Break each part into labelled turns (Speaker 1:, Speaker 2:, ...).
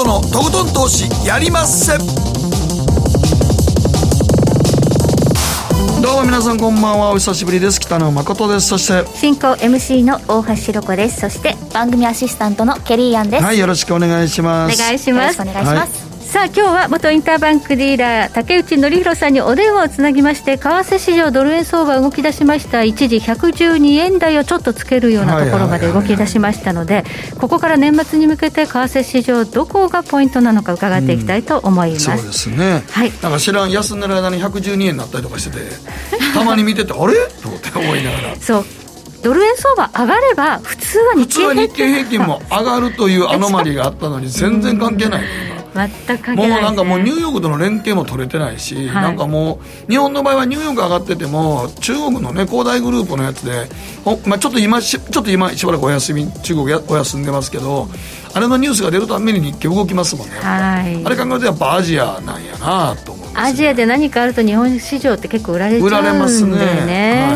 Speaker 1: 誠のとことん投資やりまっせ。どうも皆さんこんばんは。お久しぶりです。北野誠です。そして
Speaker 2: 進行 MC の大橋ひろ子です。そして
Speaker 3: 番組アシスタントのケリーアンです。
Speaker 1: はい、よろしくお願いします。
Speaker 2: お願いします。
Speaker 3: よろしくお願いします、
Speaker 2: はい。さあ今日は元インターバンクディーラー竹内典弘さんにお電話をつなぎまして、為替市場ドル円相場動き出しました。一時112円台をちょっとつけるようなところまで動き出しましたので、ここから年末に向けて為替市場どこがポイントなのか伺っていきたいと思います、
Speaker 1: そうですね、はい、なんか知らん休んでる間に112円になったりとかしててたまに見ててあれと思って思いながら
Speaker 2: そうドル円相場上がれば普通は日経
Speaker 1: 平均も上がるというアノマリがあったのに全然関係ない、
Speaker 2: 全く関係ないですね。
Speaker 1: もうなんかもうニューヨークとの連携も取れてないし、はい、なんかもう日本の場合はニューヨーク上がってても中国のね恒大グループのやつでちょっと今しばらくお休み、中国お休んでますけど、あれのニュースが出るために日経動きますもんね、はい、あれ考えるとやっぱアジアなんやなと思います、ね、
Speaker 2: アジアで何かあると日本市場って結構売られちゃうんだよね。
Speaker 1: 売られますね、はいはい、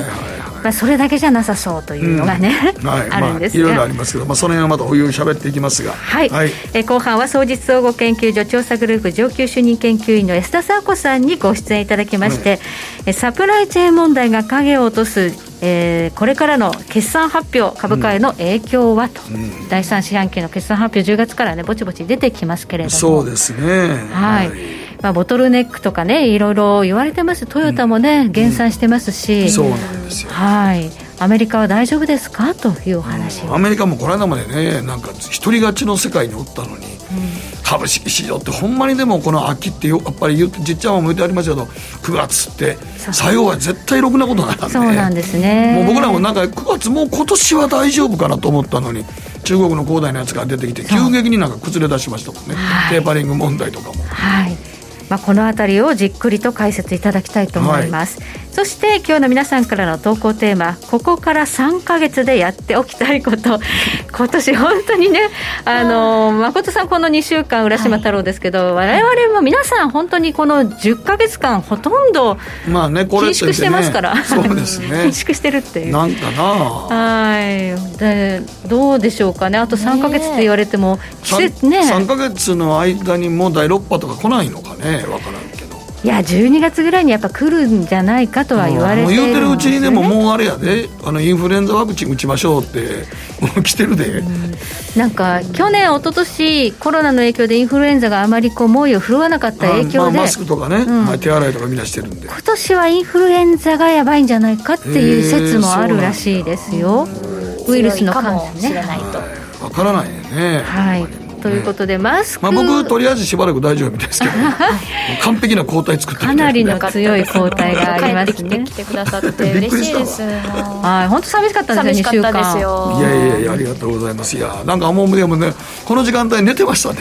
Speaker 2: それだけじゃなさそうというのがね、はい、あるんですが、
Speaker 1: いろいろありますけど、その辺はまたお湯を喋っていきますが、
Speaker 2: はいはい、後半は双日総合研究所調査グループ上級主任研究員の安田佐和子さんにご出演いただきまして、サプライチェーン問題が影を落とす、これからの決算発表株価への影響はと、第3四半期の決算発表10月からねぼちぼち出てきますけれども、
Speaker 1: そうですね、
Speaker 2: はい、ボトルネックとかねいろいろ言われてます。トヨタもね、減産してますし、
Speaker 1: そうなんですよ、
Speaker 2: はい、アメリカは大丈夫ですかというお話を、
Speaker 1: アメリカもこの間までねなんか一人勝ちの世界におったのに、株式市場ってほんまにでもこの秋ってやっぱりじっちゃんも言ってありましたけど9月って最後は絶対ろくなことないなんで、
Speaker 2: そうなんですね。
Speaker 1: もう僕らもなんか9月もう今年は大丈夫かなと思ったのに中国の恒大のやつが出てきて急激になんか崩れ出しましたもんね、はい、テーパリング問題とかも、
Speaker 2: はい、このあたりをじっくりと解説いただきたいと思います、はい。そして今日の皆さんからの投稿テーマ、ここから3ヶ月でやっておきたいこと今年本当にね誠さんこの2週間浦島太郎ですけど、はい、我々も皆さん本当にこの10ヶ月間ほとんど緊縮してますから、
Speaker 1: そうですね
Speaker 2: 緊縮してるっていう
Speaker 1: なんかな、
Speaker 2: はいでどうでしょうかね。あと3ヶ月って言われても季節ね 3
Speaker 1: ヶ月の間にもう第6波とか来ないのかね、分からんけど、
Speaker 2: いや12月ぐらいにやっぱ来るんじゃないかとは言われているんですよね。
Speaker 1: 言うてるうちにでももうあれやでインフルエンザワクチン打ちましょうってもう来てるで、
Speaker 2: なんか去年一昨年コロナの影響でインフルエンザがあまり猛威を振るわなかった影響で、
Speaker 1: マスクとかね、手洗いとかみんなしてるんで、
Speaker 2: 今年はインフルエンザがやばいんじゃないかっていう説もあるらしいですよ。ウイルスの感染ね、
Speaker 1: わからないね、
Speaker 2: はい、ということでマスク、
Speaker 1: 僕とりあえずしばらく大丈夫みたいですけど完璧な抗体作って
Speaker 2: かなりの強い抗体がありますね。
Speaker 3: 帰ってきてくださって嬉しいです。
Speaker 2: はい、本当寂しかったんですよ、2週間。寂しかったですよ。
Speaker 1: いやありがとうございます。いやなんかもうでもねこの時間帯寝てましたね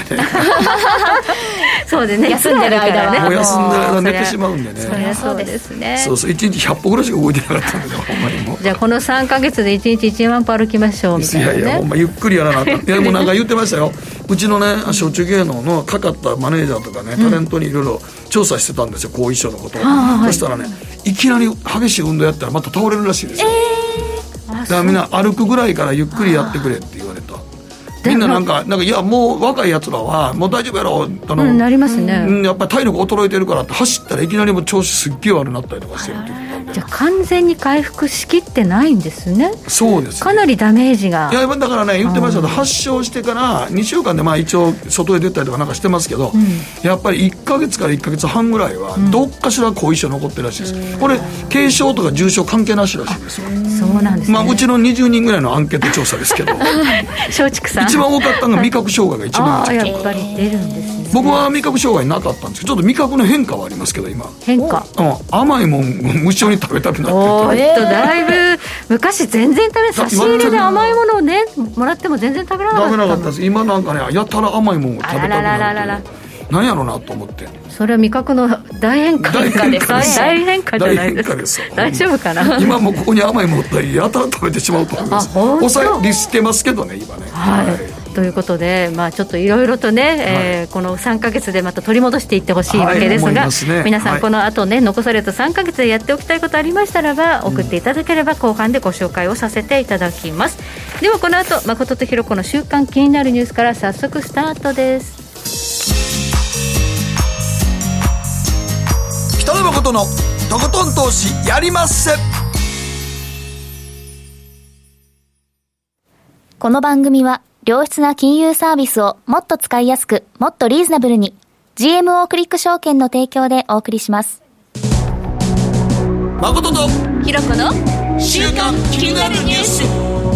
Speaker 2: そうでね、
Speaker 3: 休んでる間はね、
Speaker 1: もう休んでる間寝てしまうんでね。
Speaker 2: そりゃそうですね。
Speaker 1: そう1日100歩ぐらいしか動いてなかったんで、ほんまにもう
Speaker 2: じゃあこの3ヶ月で1日1万歩歩きましょうみたいなね。
Speaker 1: いやほんまゆっくりやらなあかん。いやもうなんか言ってましたようちのね小中芸能のかかったマネージャーとかね、タレントにいろいろ調査してたんですよ、後遺症のことを、そしたらねいきなり激しい運動やったらまた倒れるらしいですよ、だからみんな歩くぐらいからゆっくりやってくれって言われた。みんななんかいやもう若いやつらはもう大丈夫やろ
Speaker 2: なりますね、
Speaker 1: やっぱり体力衰えてるからって走ったらいきなりもう調子すっげえ悪くなったりとかしてるって言ったんで、
Speaker 2: じゃあ完全に回復しきってないんですね。
Speaker 1: そうです、ね、
Speaker 2: かなりダメージが。
Speaker 1: いやだからね言ってましたけど、発症してから2週間で一応外へ出たりとかなんかしてますけど、やっぱり1ヶ月から1ヶ月半ぐらいはどっかしら後遺症残ってるらしいです、これ軽症とか重症関係なしらしいですよ。
Speaker 2: そうなんですね。
Speaker 1: うちの20人ぐらいのアンケート調査ですけど
Speaker 2: 松竹さん
Speaker 1: 一番多かったのが味覚障害が一番多い。
Speaker 2: やっぱり出るんですね。
Speaker 1: 僕は味覚障害なかったんですけどちょっと味覚の変化はありますけど今
Speaker 2: 変化、
Speaker 1: 甘いもん無性に食べたくなって
Speaker 2: るとだいぶ昔全然差し入れで甘いものをねもらっても全然食べられなかった。
Speaker 1: 食べなかったです。今なんかねやたら甘いもんを食べたくなって何やろうなと思って。そ
Speaker 2: れは味覚の大変化です。大変化じゃないですか。大丈夫かな。
Speaker 1: 今もここに甘いもんったらやたら食べてしまうと思います。抑えリスけますけどね今ね、
Speaker 2: ということで、ちょっといろいろとね、この3ヶ月でまた取り戻していってほしいわけですが、皆さんこの後ね、残された3ヶ月でやっておきたいことありましたらば送っていただければ後半でご紹介をさせていただきます。ではこの後誠とひろ子の週刊気になるニュースから早速スタートです。
Speaker 1: 北野誠のとことん投資やりまっせ。
Speaker 3: この番組は良質な金融サービスをもっと使いやすく、もっとリーズナブルに GMO クリック証券の提供でお送りします。
Speaker 1: 誠と
Speaker 3: ひろこの
Speaker 1: 週刊気になるニュース。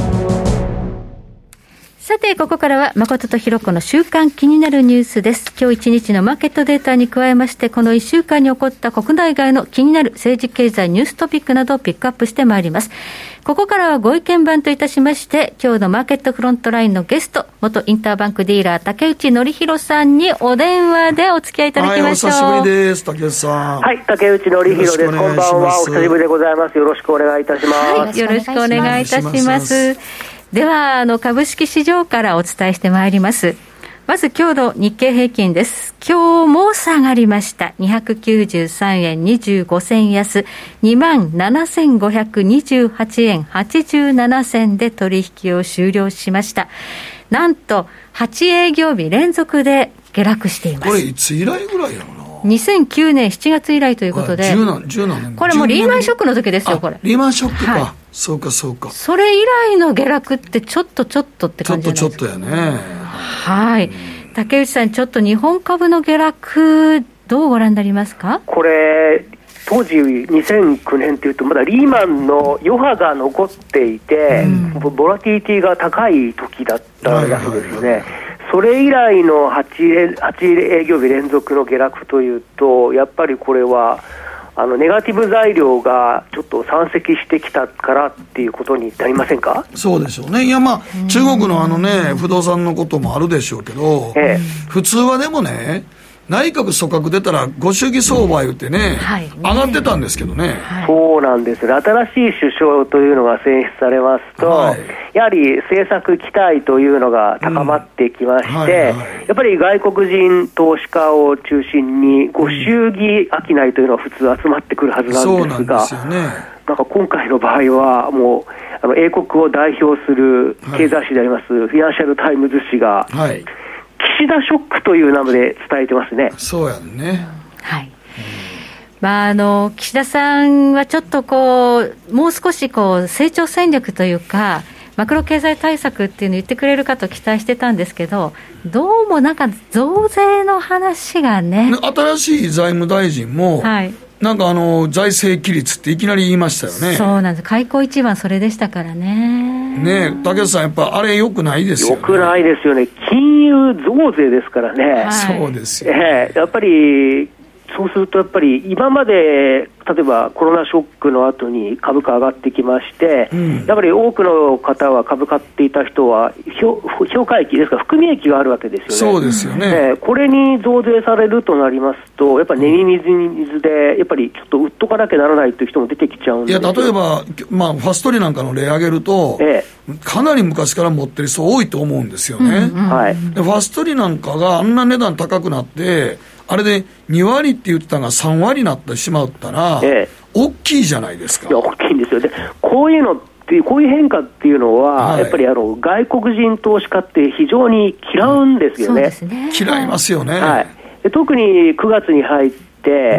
Speaker 2: さて、ここからは誠とひろこの週間気になるニュースです。今日1日のマーケットデータに加えまして、この1週間に起こった国内外の気になる政治経済ニューストピックなどをピックアップしてまいります。ここからはご意見番といたしまして、今日のマーケットフロントラインのゲスト、元インターバンクディーラー竹内則弘さんにお電話でお付き合いいただきましょう。
Speaker 1: はい、お久しぶりです。竹内さん。
Speaker 4: はい、竹内則弘です。こんばんは。お久しぶりでございます。よろしくお願いいたします。
Speaker 2: はい、よろしくお願いいたします。では株式市場からお伝えしてまいります。まず今日の日経平均です。今日も下がりました。293円25銭安、27,528円87銭で取引を終了しました。なんと8営業日連続で下落しています。
Speaker 1: これいつ以来ぐらいやろな。
Speaker 2: 2009年7月以来ということで、
Speaker 1: 10年
Speaker 2: これもリーマンショックの時ですよ。これ
Speaker 1: リーマンショックか、
Speaker 2: はい、
Speaker 1: そうかそうか。
Speaker 2: それ以来の下落ってちょっとって感じじゃないですか。
Speaker 1: ちょっとやね。
Speaker 2: はい、竹内さん、ちょっと日本株の下落どうご覧になりますか。
Speaker 4: これ当時2009年というとまだリーマンの余波が残っていて、ボラティリティが高い時だったわけですよね。それ以来の8営業日連続の下落というと、やっぱりこれはネガティブ材料がちょっと山積してきたからっていうことになりませんか。
Speaker 1: そうでしょうね。いや、まあ中国の不動産のこともあるでしょうけど、普通はでもね、内閣組閣出たらご祝儀相場言ってね、上がってたんですけどね。
Speaker 4: そうなんですね。新しい首相というのが選出されますと、やはり政策期待というのが高まってきまして、やっぱり外国人投資家を中心にご祝儀商いというのは普通集まってくるはずなんですが、
Speaker 1: そうなんですよね。
Speaker 4: なんか今回の場合はもう英国を代表する経済誌であります、フィナンシャルタイムズ紙が、岸田ショックという名前で伝えてますね。
Speaker 1: そうやね。
Speaker 2: はい。岸田さんはちょっともう少し成長戦略というかマクロ経済対策っていうのを言ってくれるかと期待してたんですけど、どうもなんか増税の話がね。
Speaker 1: 新しい財務大臣も、なんか財政規律っていきなり言いましたよね。
Speaker 2: そうなんです。開口一番それでしたからね。
Speaker 1: ねえ、竹内さん、やっぱあれ良くないですよね。
Speaker 4: 良くないですよね。金融増税ですからね。
Speaker 1: そうですよ、
Speaker 4: やっぱりそうするとやっぱり今まで例えばコロナショックの後に株価上がってきまして、やっぱり多くの方は株買っていた人は評価益ですから含み益があるわけですよね。
Speaker 1: そうですよね。
Speaker 4: これに増税されるとなりますと、やっぱり寝水に水でやっぱりちょっと売っとかなきゃならないという人も出てきちゃうんですよ。
Speaker 1: いや、例えば、ファストリーなんかの例挙げると、かなり昔から持ってる人多いと思うんですよね。でファストリーなんかがあんな値段高くなってあれで2割って言ってたのが3割になってしまったら、大きいじゃないですか。
Speaker 4: いや、大きいんですよ。で、こういう変化っていうのは、やっぱり外国人投資家って非常に嫌うんですよね。
Speaker 1: 嫌いますよね。
Speaker 4: で特に9月に入って、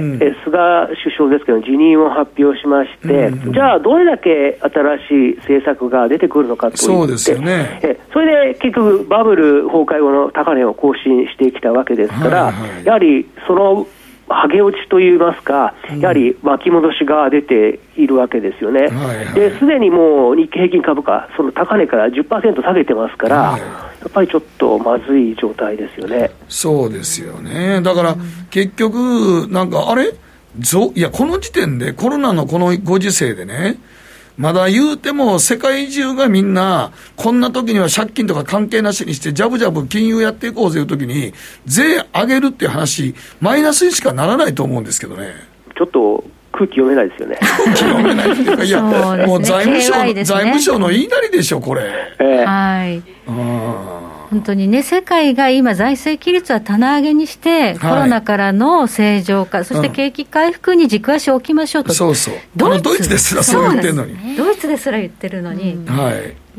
Speaker 4: 菅首相ですけど辞任を発表しまして、じゃあどれだけ新しい政策が出てくるのかといって、
Speaker 1: そうですよね。
Speaker 4: それで結局バブル崩壊後の高値を更新してきたわけですから、やはりその剥げ落ちといいますか、やはり巻き戻しが出ているわけですよね。ですでにもう日経平均株価その高値から 10% 下げてますから、やっぱりちょっとまずい状態ですよね。
Speaker 1: そうですよね。だから結局なんかいや、この時点でコロナのこのご時世でね、まだ言うても世界中がみんなこんな時には借金とか関係なしにしてジャブジャブ金融やっていこうぜいう時に税上げるっていう話マイナスにしかならないと思うんですけどね。
Speaker 4: ちょっと空気読めないですよね。
Speaker 1: 空気読めないっていうか、いや、もう財務省の言いなりでしょこれ。
Speaker 2: 本当にね、世界が今財政規律は棚上げにして、コロナからの正常化、そして景気回復に軸足を置きましょうと。
Speaker 1: そうそう。ドイツですらそう言ってるのに。
Speaker 2: ドイツですら言ってるのに。
Speaker 1: はい。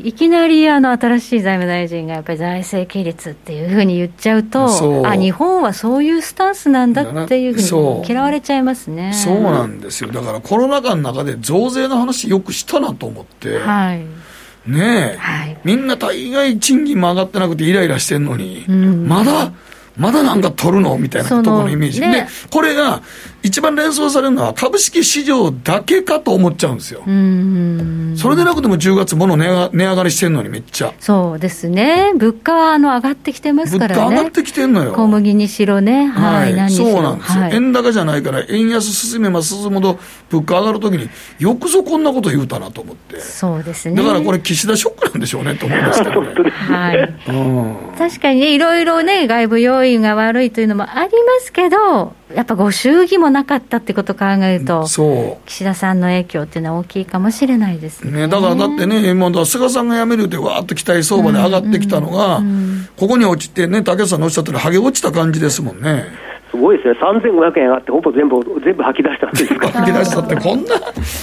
Speaker 2: いきなり新しい財務大臣がやっぱり財政規律っていうふうに言っちゃうと、日本はそういうスタンスなんだっていうふうに嫌われちゃいますね。
Speaker 1: そうなんですよ。だからコロナ禍の中で増税の話よくしたなと思って、
Speaker 2: はい、
Speaker 1: ねえ、はい、みんな大概賃金も上がってなくてイライラしてんのに、まだなんか取るのみたいなところのイメージ、ね、でこれが一番連想されるのは株式市場だけかと思っちゃうんですよ。それでなくても10月物値上がりしてるのにめっちゃ。
Speaker 2: そうですね。物価は上がってきてますからね。
Speaker 1: 物価上がってきてんのよ。
Speaker 2: 小麦にしろね、はい、何にしろ。
Speaker 1: そうなんですよ、はい、円高じゃないから円安進めば進むほど物価上がるときによくぞこんなこと言うたなと思って。
Speaker 2: そうですね。
Speaker 1: だからこれ岸田ショックなんでしょうねと思いますけどね。
Speaker 2: はい、確かにね、いろいろね外部要因が悪いというのもありますけど、やっぱご祝儀もなかったってことを考えると、岸田さんの影響っていうのは大きいかもしれないですね。
Speaker 1: だからだってね、菅さんが辞めるってわーっと期待相場で上がってきたのが、ここに落ちてね、竹内さんのおっしゃったらハゲ落ちた感じですもんね。
Speaker 4: すごいですね。3500円上がってほぼ全部吐き出したんですか。
Speaker 1: 吐き出したってこんな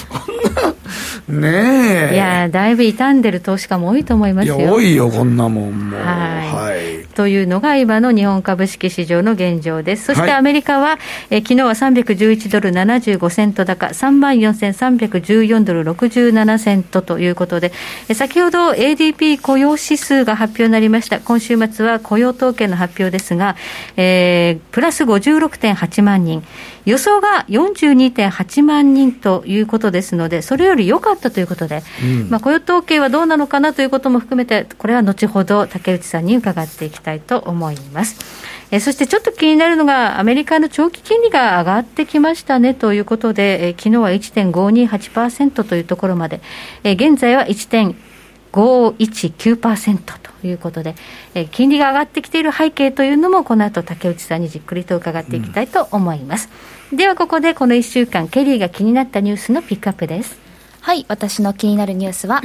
Speaker 1: ねえ。
Speaker 2: いやだいぶ傷んでる投資家も多いと思いますよ。
Speaker 1: いや多いよこんなもんもう、
Speaker 2: はい、というのが今の日本株式市場の現状です。そしてアメリカは、昨日は$311ドル75セント高、34,314ドル67セントということで、先ほど ADP 雇用指数が発表になりました。今週末は雇用統計の発表ですが、プラス56.8万人、予想が 42.8 万人ということですので、それより良かったということで、雇用統計はどうなのかなということも含めて、これは後ほど竹内さんに伺っていきたいと思います。そしてちょっと気になるのがアメリカの長期金利が上がってきましたねということで、昨日は 1.528% というところまで、現在は 1.519% ということで、金利が上がってきている背景というのもこの後竹内さんにじっくりと伺っていきたいと思います。ではここでこの1週間ケリーが気になったニュースのピックアップです。
Speaker 3: はい、私の気になるニュースは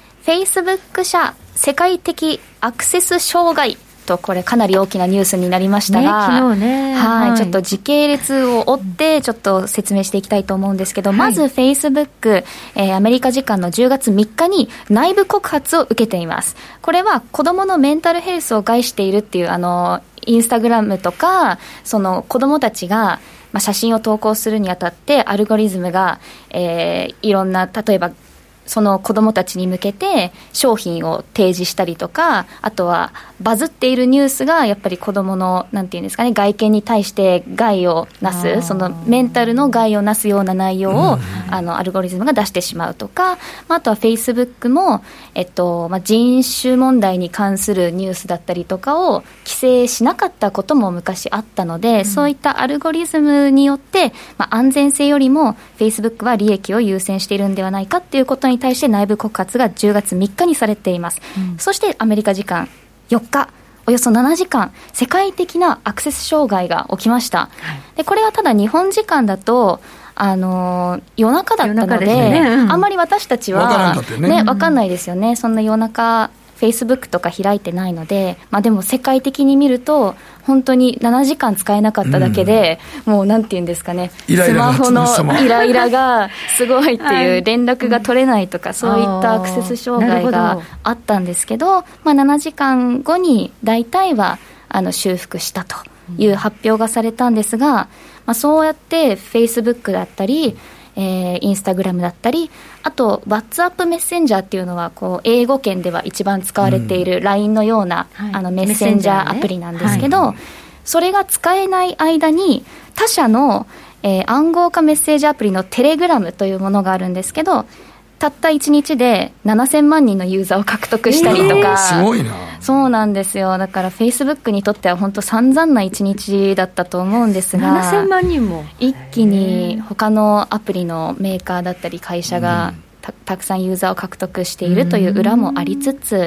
Speaker 3: Facebook 社世界的アクセス障害と、これかなり大きなニュースになりましたが、
Speaker 2: 昨日ね、
Speaker 3: はい、ちょっと時系列を追ってちょっと説明していきたいと思うんですけど、まず Facebook、アメリカ時間の10月3日に内部告発を受けています。これは子どものメンタルヘルスを害しているっていうインスタグラムとか、その子どもたちが写真を投稿するにあたってアルゴリズムが、いろんな、例えばその子どもたちに向けて商品を提示したりとか、あとはバズっているニュースがやっぱり子どものなんていうんですかね、外見に対して害をなす、そのメンタルの害をなすような内容をアルゴリズムが出してしまうとか、あとはフェイスブックも、人種問題に関するニュースだったりとかを規制しなかったことも昔あったので、そういったアルゴリズムによって、安全性よりもフェイスブックは利益を優先しているんではないかっていうことに対して内部告発が10月3日にされています。そしてアメリカ時間4日、およそ7時間世界的なアクセス障害が起きました。でこれはただ日本時間だと夜中だったので、あんまり私たちは分かんないですよね。そんな夜中フェイスブックとか開いてないので、でも世界的に見ると本当に7時間使えなかっただけで、もうなんていうんですかね、スマホのイライラがすごいっていう、連絡が取れないとか、そういったアクセス障害があったんですけど、7時間後に大体は修復したという発表がされたんですが、そうやってフェイスブックだったりインスタグラムだったり、あと WhatsApp メッセンジャーっていうのはこう英語圏では一番使われている LINE のような、メッセンジャーアプリなんですけど、それが使えない間に他社の、暗号化メッセージアプリのテレグラムというものがあるんですけど、たった1日で7000万人のユーザーを獲得したりとか、
Speaker 1: すごいな。
Speaker 3: そうなんですよ。だからフェイスブックにとっては本当散々な1日だったと思うんですが、
Speaker 2: 7000万人も
Speaker 3: 一気に他のアプリのメーカーだったり会社がたくさんユーザーを獲得しているという裏もありつつ、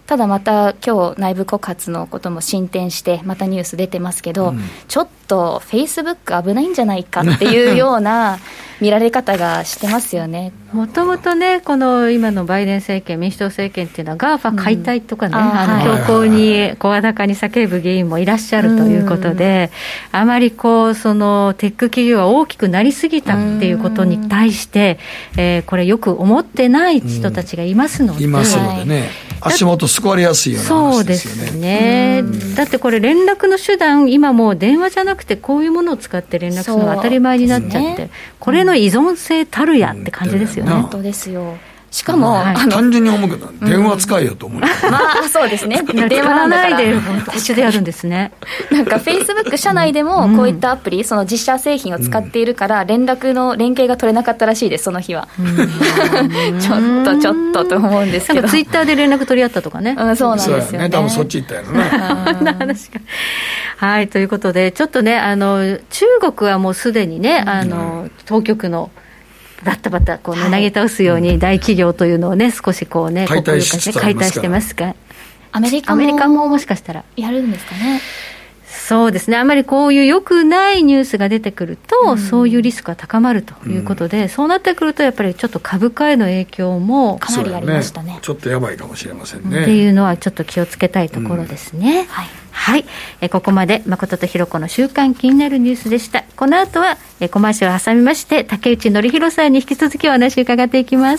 Speaker 3: ただまた今日内部告発のことも進展してまたニュース出てますけど、ちょっとフェイスブック危ないんじゃないかっていうような見られ方がしてますよね。
Speaker 2: もともとね、この今のバイデン政権、民主党政権っていうのは GAFA 解体とかね、強硬に声高に叫ぶ議員もいらっしゃるということで、あまりそのテック企業が大きくなりすぎたっていうことに対して、これよく思ってない人たちがいますので、
Speaker 1: いますのでね、足元すくわれやすいような話ですよね。
Speaker 2: そうですね。だってこれ連絡の手段、今もう電話じゃなくてこういうものを使って連絡するのが当たり前になっちゃって、これの依存性たるやって感じですよね。
Speaker 3: 本当ですよ。しかも、
Speaker 1: 単純に思うけど、電話使えよと思う、
Speaker 3: まあそうですね。
Speaker 2: 電話ないで一緒でやるんですね。
Speaker 3: なんかフェイスブック社内でもこういったアプリ、その自社製品を使っているから連絡の連携が取れなかったらしいです、その日は。ちょっとと思うんですけど、
Speaker 2: ツイッターで連絡取り合ったとかね。
Speaker 3: そうなんですよね。
Speaker 1: 多分そっち行ったやろね。
Speaker 2: 話がはい、ということでちょっとね、中国はもうすでにね、当局のバッタバタ投げ倒すように大企業というのをね、少し
Speaker 1: 解体
Speaker 2: してますか。
Speaker 3: アメリカももしかしたらやるんですかね。
Speaker 2: そうですね。あまりこういう良くないニュースが出てくると、そういうリスクが高まるということで、そうなってくるとやっぱりちょっと株価への影響も
Speaker 3: かなりありましたね。
Speaker 1: ちょっとやばいかもしれませんね。
Speaker 2: っていうのはちょっと気をつけたいところですね。はい、ここまで誠とひろ子の週刊気になるニュースでした。この後はコマーシャルを挟みまして竹内典弘さんに引き続きお話を伺っていきます。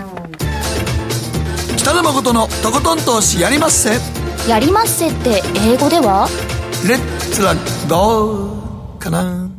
Speaker 1: 北野誠のとことん投資やりまっせ。
Speaker 3: やりまっせって英語では
Speaker 1: レッツラゴーかな。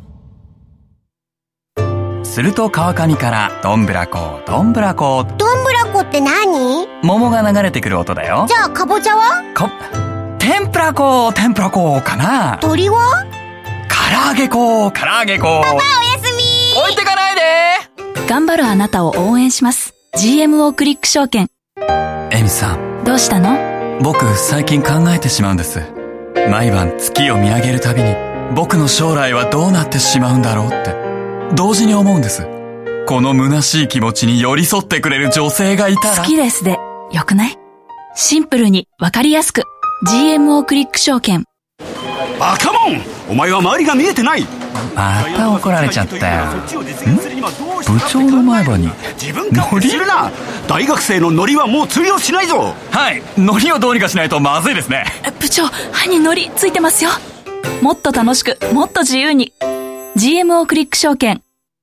Speaker 5: すると川上からどんぶらこどんぶらこ。
Speaker 6: どんぶらこって何？
Speaker 5: 桃が流れてくる音だよ。
Speaker 6: じゃあかぼちゃは？
Speaker 5: 天ぷらこ天ぷらこかな。
Speaker 6: 鳥は？
Speaker 5: 唐揚げこ唐揚げこ。
Speaker 6: パパおやすみ。
Speaker 5: 置いてかないで。
Speaker 7: 頑張るあなたを応援します。 GMO クリック証券。
Speaker 5: エミさん、
Speaker 7: どうしたの？
Speaker 5: 僕最近考えてしまうんです。毎晩月を見上げるたびに僕の将来はどうなってしまうんだろうって同時に思うんです。この虚しい気持ちに寄り添ってくれる女性がいたら。
Speaker 7: 好きですでよくない？シンプルにわかりやすく GMO クリック証券。
Speaker 8: バカモン、お前は周りが見えてない。
Speaker 5: また怒られちゃったよ。部長の前歯に
Speaker 8: ノリするな。大学生のノリはもう通用しないぞ。
Speaker 5: はい、ノリをどうにかしないとまずいですね。
Speaker 7: 部長、歯にノリついてますよ。もっと楽しく、もっと自由に GMO クリック証券。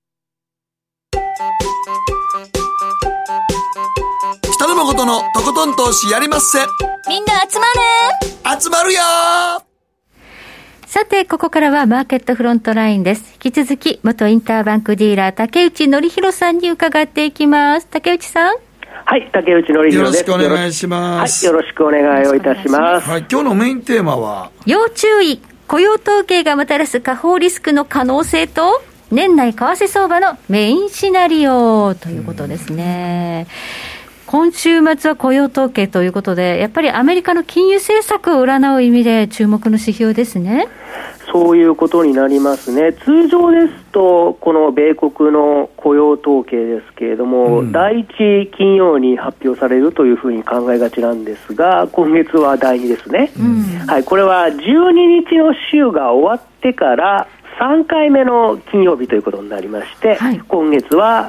Speaker 1: 北野誠のとことん投資やりまっせ。
Speaker 3: みんな集まる。
Speaker 1: 集まるよ。
Speaker 2: さて、ここからはマーケットフロントラインです。引き続き元インターバンクディーラー竹内典弘さんに伺っていきます。竹内さん。
Speaker 4: はい、竹内典弘です。
Speaker 1: よろしくお願いします。
Speaker 4: はい、よろしくお願いをいたします。
Speaker 1: はい、今日のメインテーマは
Speaker 2: 要注意、雇用統計がもたらす下方リスクの可能性と年内為替相場のメインシナリオということですね。今週末は雇用統計ということで、やっぱりアメリカの金融政策を占う意味で注目の指標ですね。
Speaker 4: そういうことになりますね。通常ですとこの米国の雇用統計ですけれども、第1金曜に発表されるというふうに考えがちなんですが、今月は第2ですね。はい、これは12日の週が終わってから3回目の金曜日ということになりまして、はい、今月は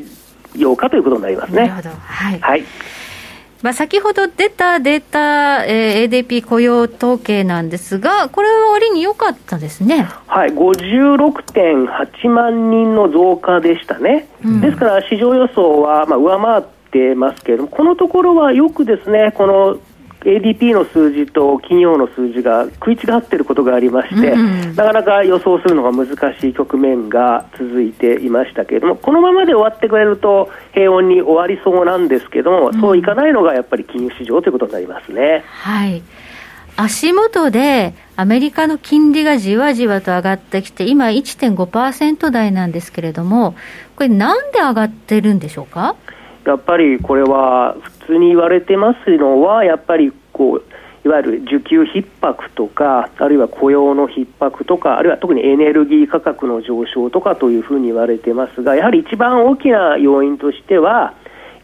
Speaker 4: 8日ということになりますね。
Speaker 2: なるほど。はい。はい。先ほど出たデータ、ADP 雇用統計なんですが、これは割に良かったですね。
Speaker 4: はい、56.8 万人の増加でしたね。ですから市場予想は上回ってますけれども、このところはよくですね、このADP の数字と企業の数字が食い違っていることがありまして、なかなか予想するのが難しい局面が続いていましたけれども、このままで終わってくれると平穏に終わりそうなんですけども、そういかないのがやっぱり金融市場ということになりますね。
Speaker 2: はい、足元でアメリカの金利がじわじわと上がってきて、今 1.5% 台なんですけれども、これなんで上がってるんでしょうか？
Speaker 4: やっぱりこれは普通に言われてますのは、やっぱりいわゆる需給逼迫とか、あるいは雇用の逼迫とか、あるいは特にエネルギー価格の上昇とかというふうに言われてますが、やはり一番大きな要因としては、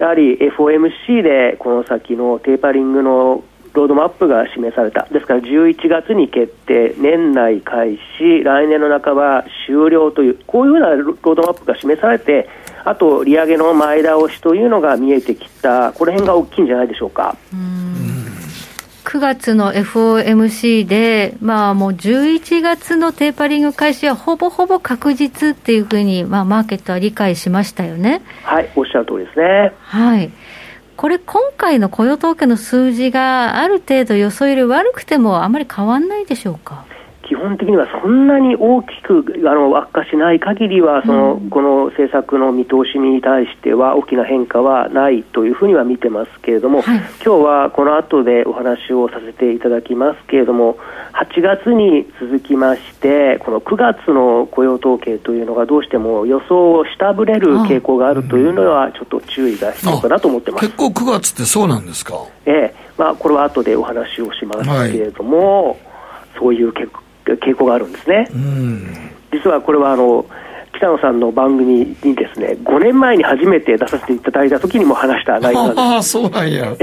Speaker 4: やはり FOMC でこの先のテーパリングのロードマップが示された。ですから11月に決定、年内開始、来年の半ば終了という、こういうようなロードマップが示されて、あと利上げの前倒しというのが見えてきた、この辺が大きいんじゃないでしょうか。
Speaker 2: 9月の FOMC で、もう11月のテーパリング開始はほぼほぼ確実っていうふうに、マーケットは理解しましたよね。
Speaker 4: はい、おっしゃる通りですね。
Speaker 2: はい。これ今回の雇用統計の数字がある程度予想より悪くてもあまり変わんないでしょうか。
Speaker 4: 基本的にはそんなに大きく悪化しない限りはこの政策の見通しに対しては大きな変化はないというふうには見てますけれども、はい、今日はこの後でお話をさせていただきますけれども、8月に続きましてこの9月の雇用統計というのがどうしても予想を下振れる傾向があるというのはちょっと注意が必要かなと思ってます。
Speaker 1: 結構9月ってそうなんですか。
Speaker 4: これは後でお話をしますけれども、はい、そういう傾向があるんですね。実はこれは北野さんの番組にですね、5年前に初めて出させていただいた時にも話した内容なんです。
Speaker 1: ああ、そうなんや。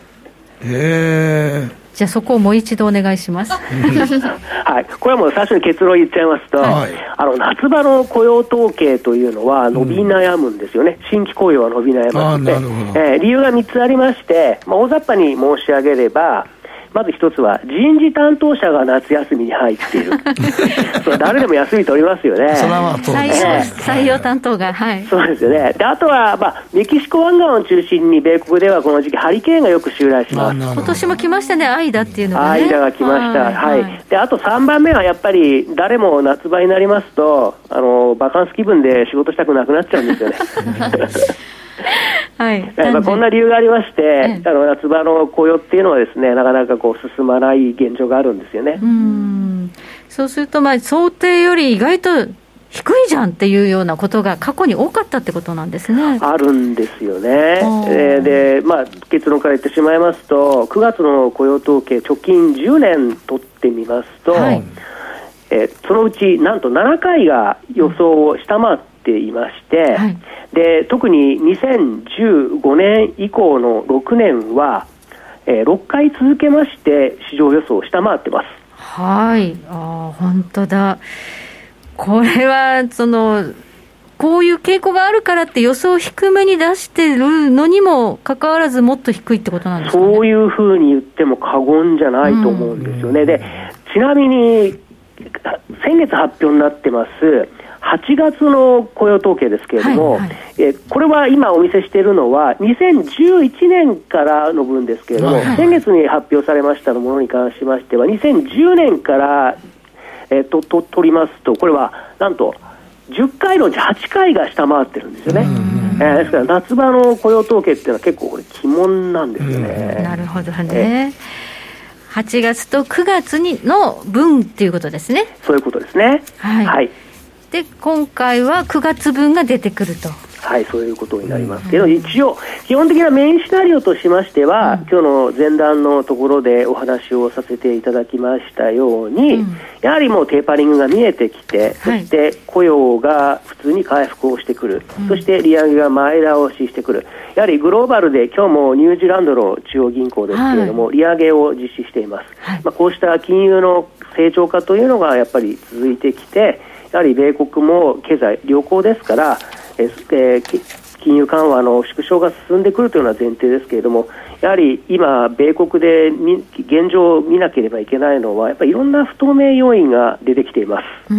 Speaker 2: じゃあそこをもう一度お願いします。
Speaker 4: はい、これはもう最初に結論言っちゃいますと、はい、夏場の雇用統計というのは伸び悩むんですよね。新規雇用は伸び悩まって、理由が3つありまして、大雑把に申し上げれば、まず一つは人事担当者が夏休みに入っている。それ誰でも休み取りますよね。
Speaker 1: それは
Speaker 2: 採用担当が、はい、
Speaker 4: そうですよね。であとは、メキシコ湾岸を中心に米国ではこの時期ハリケーンがよく襲来します。
Speaker 2: 今年も来ましたね、アイダっていうのがね。
Speaker 4: アイダが来ました。はい。であと3番目はやっぱり誰も夏場になりますとバカンス気分で仕事したくなくなっちゃうんですよね。
Speaker 2: はい、
Speaker 4: こんな理由がありまして、夏場の雇用っていうのはですね、なかなか進まない現状があるんですよね。
Speaker 2: そうすると想定より意外と低いじゃんっていうようなことが過去に多かったってことなんですね。
Speaker 4: あるんですよね。で、結論から言ってしまいますと、9月の雇用統計直近10年取ってみますと、はい、そのうちなんと7回が予想を下回っていまして、はい、で特に2015年以降の6年は、6回続けまして市場予想を下回ってます。
Speaker 2: はい、本当だ。これはこういう傾向があるからって予想を低めに出してるのにもかかわらずもっと低いってことなんですかね。
Speaker 4: そういうふうに言っても過言じゃないと思うんですよね。でちなみに先月発表になってます8月の雇用統計ですけれども、これは今お見せしているのは2011年からの分ですけれども、先月に発表されましたものに関しましては2010年から取りますと、これはなんと10回のうち8回が下回ってるんですよね。ですから夏場の雇用統計っていうのは結構これ鬼門なんですよね。
Speaker 2: なるほどね。8月と9月の分っていうことですね。
Speaker 4: そういうことですね。はい。
Speaker 2: で今回は9月分が出てくると。
Speaker 4: はい、そういうことになりますけど、一応基本的なメインシナリオとしましては、今日の前段のところでお話をさせていただきましたように、やはりもうテーパリングが見えてきて、そして雇用が普通に回復をしてくる、そして利上げが前倒ししてくる。やはりグローバルで今日もニュージーランドの中央銀行ですけれども、利上げを実施しています。こうした金融の成長化というのがやっぱり続いてきて、やはり米国も経済良好ですから、金融緩和の縮小が進んでくるというのは前提ですけれども、やはり今米国で現状を見なければいけないのはやっぱりいろんな不透明要因が出てきています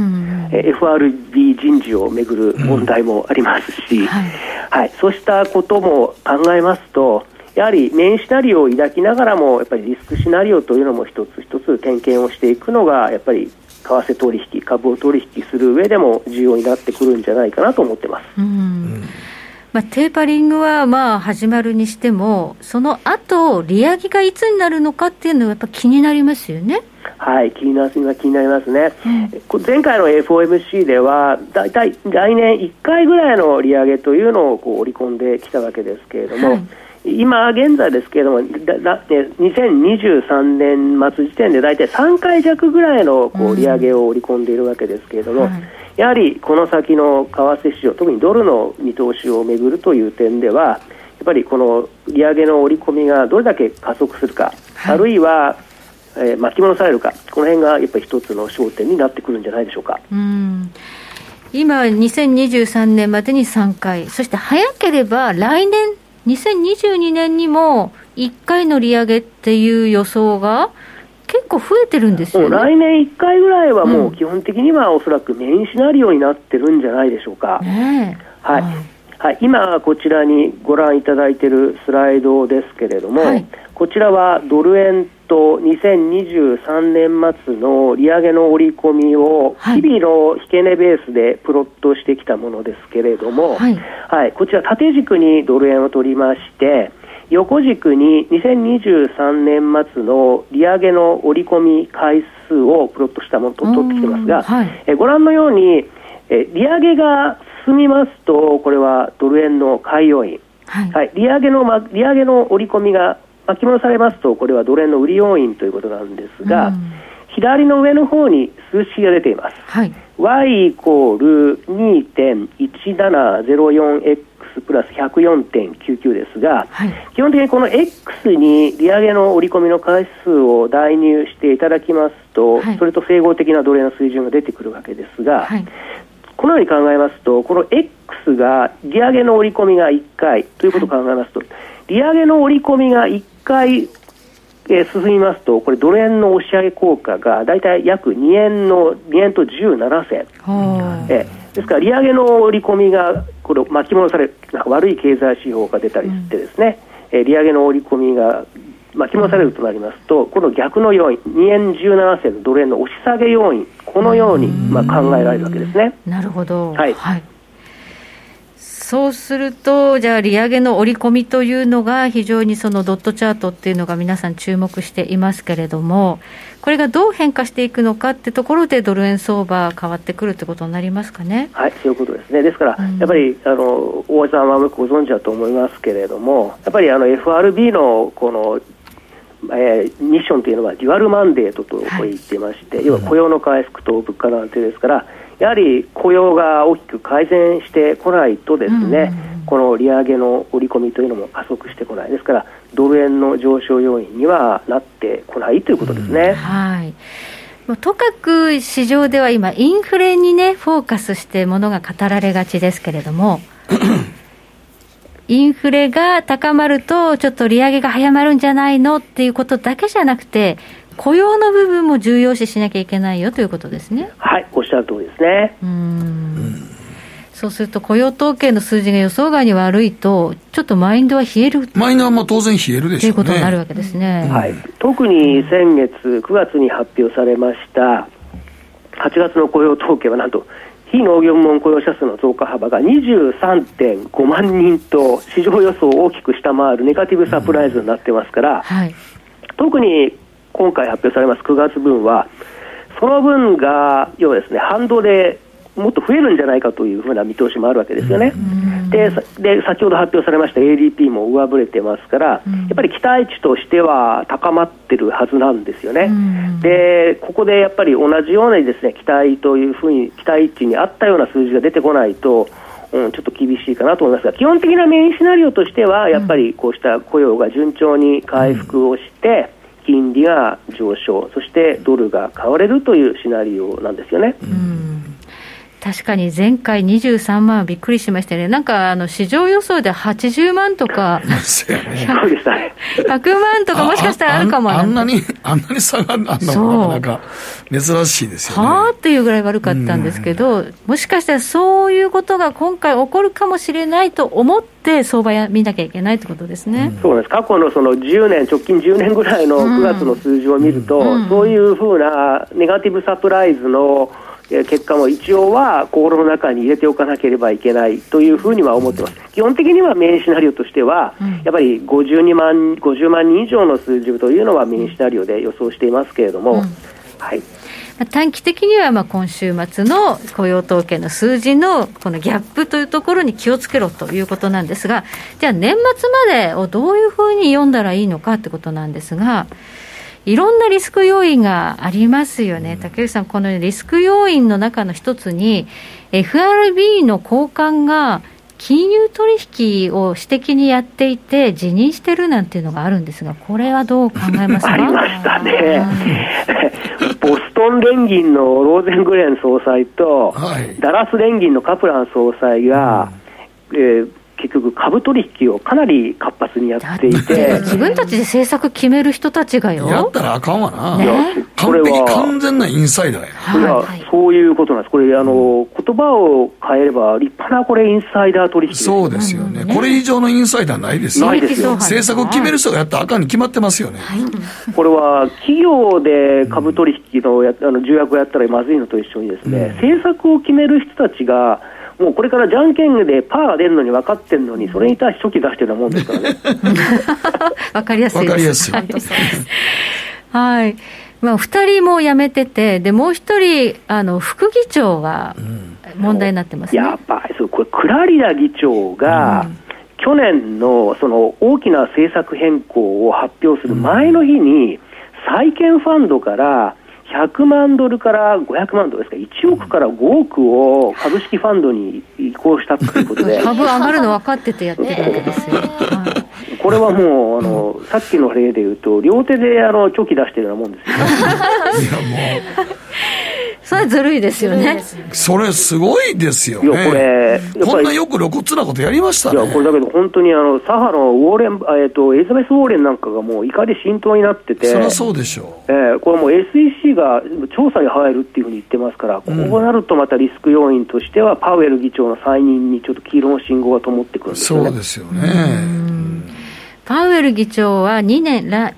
Speaker 4: 。FRB 人事をめぐる問題もありますし、そうしたことも考えますと、やはりメインシナリオを抱きながらもやっぱりリスクシナリオというのも一つ一つ点検をしていくのがやっぱり為替取引、株を取引する上でも重要になってくるんじゃないかなと思ってます。
Speaker 2: テーパリングは始まるにしても、その後利上げがいつになるのかっていうのはやっぱ気になりますよね。
Speaker 4: はい、気になりますね。前回の FOMC ではだいたい来年1回ぐらいの利上げというのを織り込んできたわけですけれども、今現在ですけれども2023年末時点でだいたい3回弱ぐらいの利上げを織り込んでいるわけですけれども、やはりこの先の為替市場、特にドルの見通しをめぐるという点ではやっぱりこの利上げの織り込みがどれだけ加速するか、はい、あるいは、巻き戻されるか、この辺がやっぱり一つの焦点になってくるんじゃないでしょうか。
Speaker 2: 今2023年までに3回、そして早ければ来年2022年にも1回の利上げっていう予想が結構増えてるんですよね。
Speaker 4: 来年1回ぐらいはもう基本的にはおそらくメインシナリオになってるんじゃないでしょうか。はいはい、今こちらにご覧いただいているスライドですけれども、はい、こちらはドル円と2023年末の利上げの織り込みを日々の引け値ベースでプロットしてきたものですけれども、はいはい、こちら縦軸にドル円を取りまして、横軸に2023年末の利上げの織り込み回数をプロットしたものを取ってきてますが、はい、ご覧のように利上げが進みますと、これはドル円の買い要因、はいはい、利上げの織り込みが巻き戻されますと、これはドル円の売り要因ということなんですが、左の上の方に数式が出ています、はい、Y イコール 2.1704X プラス 104.99 ですが、はい、基本的にこの X に利上げの織り込みの回数を代入していただきますと、はい、それと整合的なドル円の水準が出てくるわけですが、はい、このように考えますと、この X が利上げの織り込みが1回ということを考えますと、はい、利上げの織り込みが1回進みますと、これドル円の押し上げ効果がだいたい約2円と17銭、ですから利上げの織り込みがこれ巻き戻される、なんか悪い経済指標が出たりしてですね、利上げの織り込みが巻き戻されるとなりますと、この逆の要因、2円17銭のドル円の押し下げ要因、このように考えられるわけですね。
Speaker 2: なるほど、はいはい、そうすると、じゃあ利上げの織り込みというのが非常にそのドットチャートっていうのが皆さん注目していますけれども、これがどう変化していくのかってところでドル円相場変わってくるってことになりますかね。
Speaker 4: はい、そういうことですね。ですから、やっぱり大江さんはよくご存知だと思いますけれども、やっぱりFRB のこのミッションというのはデュアルマンデートと言っていまして、はい、要は雇用の回復と物価の安定ですから、やはり雇用が大きく改善してこないとですね、この利上げの織り込みというのも加速してこない。ですからドル円の上昇要因にはなってこないということですね。
Speaker 2: はい、とかく市場では今インフレにねフォーカスしてものが語られがちですけれどもインフレが高まるとちょっと利上げが早まるんじゃないのっていうことだけじゃなくて、雇用の部分も重要視しなきゃいけないよということですね。
Speaker 4: はい、おっしゃる通りですね。
Speaker 2: そうすると雇用統計の数字が予想外に悪いとちょっとマインドは冷える、
Speaker 1: マインドは当然冷えるでしょうねという
Speaker 2: ことになるわけですね。
Speaker 4: はい、特に先月9月に発表されました8月の雇用統計はなんと非農業部門雇用者数の増加幅が 23.5 万人と市場予想を大きく下回るネガティブサプライズになってますから、はい、特に今回発表されます9月分はその分が要はですね、反動でもっと増えるんじゃないかというふうな見通しもあるわけですよね。で先ほど発表されました ADP も上振れてますから、やっぱり期待値としては高まってるはずなんですよね。でここでやっぱり同じようにですね、期待というふうに期待値に合ったような数字が出てこないと、ちょっと厳しいかなと思いますが、基本的なメインシナリオとしてはやっぱりこうした雇用が順調に回復をして、金利が上昇、そしてドルが買われるというシナリオなんですよね。
Speaker 2: 確かに前回23万はびっくりしましたね。なんか市場予想で80万とか100万とかもしかしたらあるかも。
Speaker 1: あんなに差があるのがなんか珍しいですよね。
Speaker 2: はぁっていうぐらい悪かったんですけど、もしかしたらそういうことが今回起こるかもしれないと思って相場見なきゃいけないってことですね。
Speaker 4: そうです。過去のその10年直近10年ぐらいの9月の数字を見ると、そういうふうなネガティブサプライズの結果も一応は心の中に入れておかなければいけないというふうには思ってます。基本的にはメインシナリオとしては、やっぱり50万人以上の数字というのはメインシナリオで予想していますけれども、はい、
Speaker 2: 短期的には今週末の雇用統計の数字のこのギャップというところに気をつけろということなんですが、じゃあ年末までをどういうふうに読んだらいいのかってことなんですが、いろんなリスク要因がありますよね。竹内さん、このリスク要因の中の一つに FRB の高官が金融取引を私的にやっていて辞任してるなんていうのがあるんですが、これはどう考えますか？
Speaker 4: ありましたね。ボストン連銀のローゼングレン総裁と、ダラス連銀のカプラン総裁が、結局株取引をかなり活発にやっていて、
Speaker 2: 自分たちで政策決める人たちがよ、
Speaker 1: やったらあかんわな、
Speaker 4: これは
Speaker 1: 完全なインサイダーや、
Speaker 4: そういうことなんです。これ言葉を変えれば立派なこれインサイダー取引です。
Speaker 1: そうですよね、これ以上のインサイダーないですよ。
Speaker 4: ないですよ。
Speaker 1: 政策を決める人がやったらあかんに決まってますよね、
Speaker 4: これは企業で株取引の重役をやったらまずいのと一緒にですね、政策を決める人たちがもうこれからじゃんけんでパーが出るのに分かってるのに、それに対して初期出してるようなもんですからね。
Speaker 2: 分かりやすいです。
Speaker 1: 分かりやすい。
Speaker 2: はい。まあ、2人も辞めてて、でもう1人副議長が問題になってますね。
Speaker 4: やっぱりこれクラリラ議長が、去年のその大きな政策変更を発表する前の日に、債券ファンドから100万ドルから500万ドルですか、1億から5億を株式ファンドに移行したということで
Speaker 2: 株上がるの分かっててやってるわけですよ、
Speaker 4: これはもうさっきの例でいうと両手でチョキ出してるようなもんですよね。
Speaker 1: いやもう
Speaker 2: それずるいですよね。
Speaker 1: それすごいですよね。
Speaker 4: いやこれ
Speaker 1: こんなよく露骨なことやりましたね。
Speaker 4: いやこれだけど本当に左派のウォーレン、エリザベス・ウォーレンなんかがもう怒り心頭になってて、
Speaker 1: そりゃそうでしょう、
Speaker 4: これもう SEC が調査に入るっていうふうに言ってますから、こうなるとまたリスク要因としてはパウエル議長の再任にちょっと黄色の信号が灯ってくるんですよね。
Speaker 1: そうですよね。
Speaker 2: パウエル議長は来年の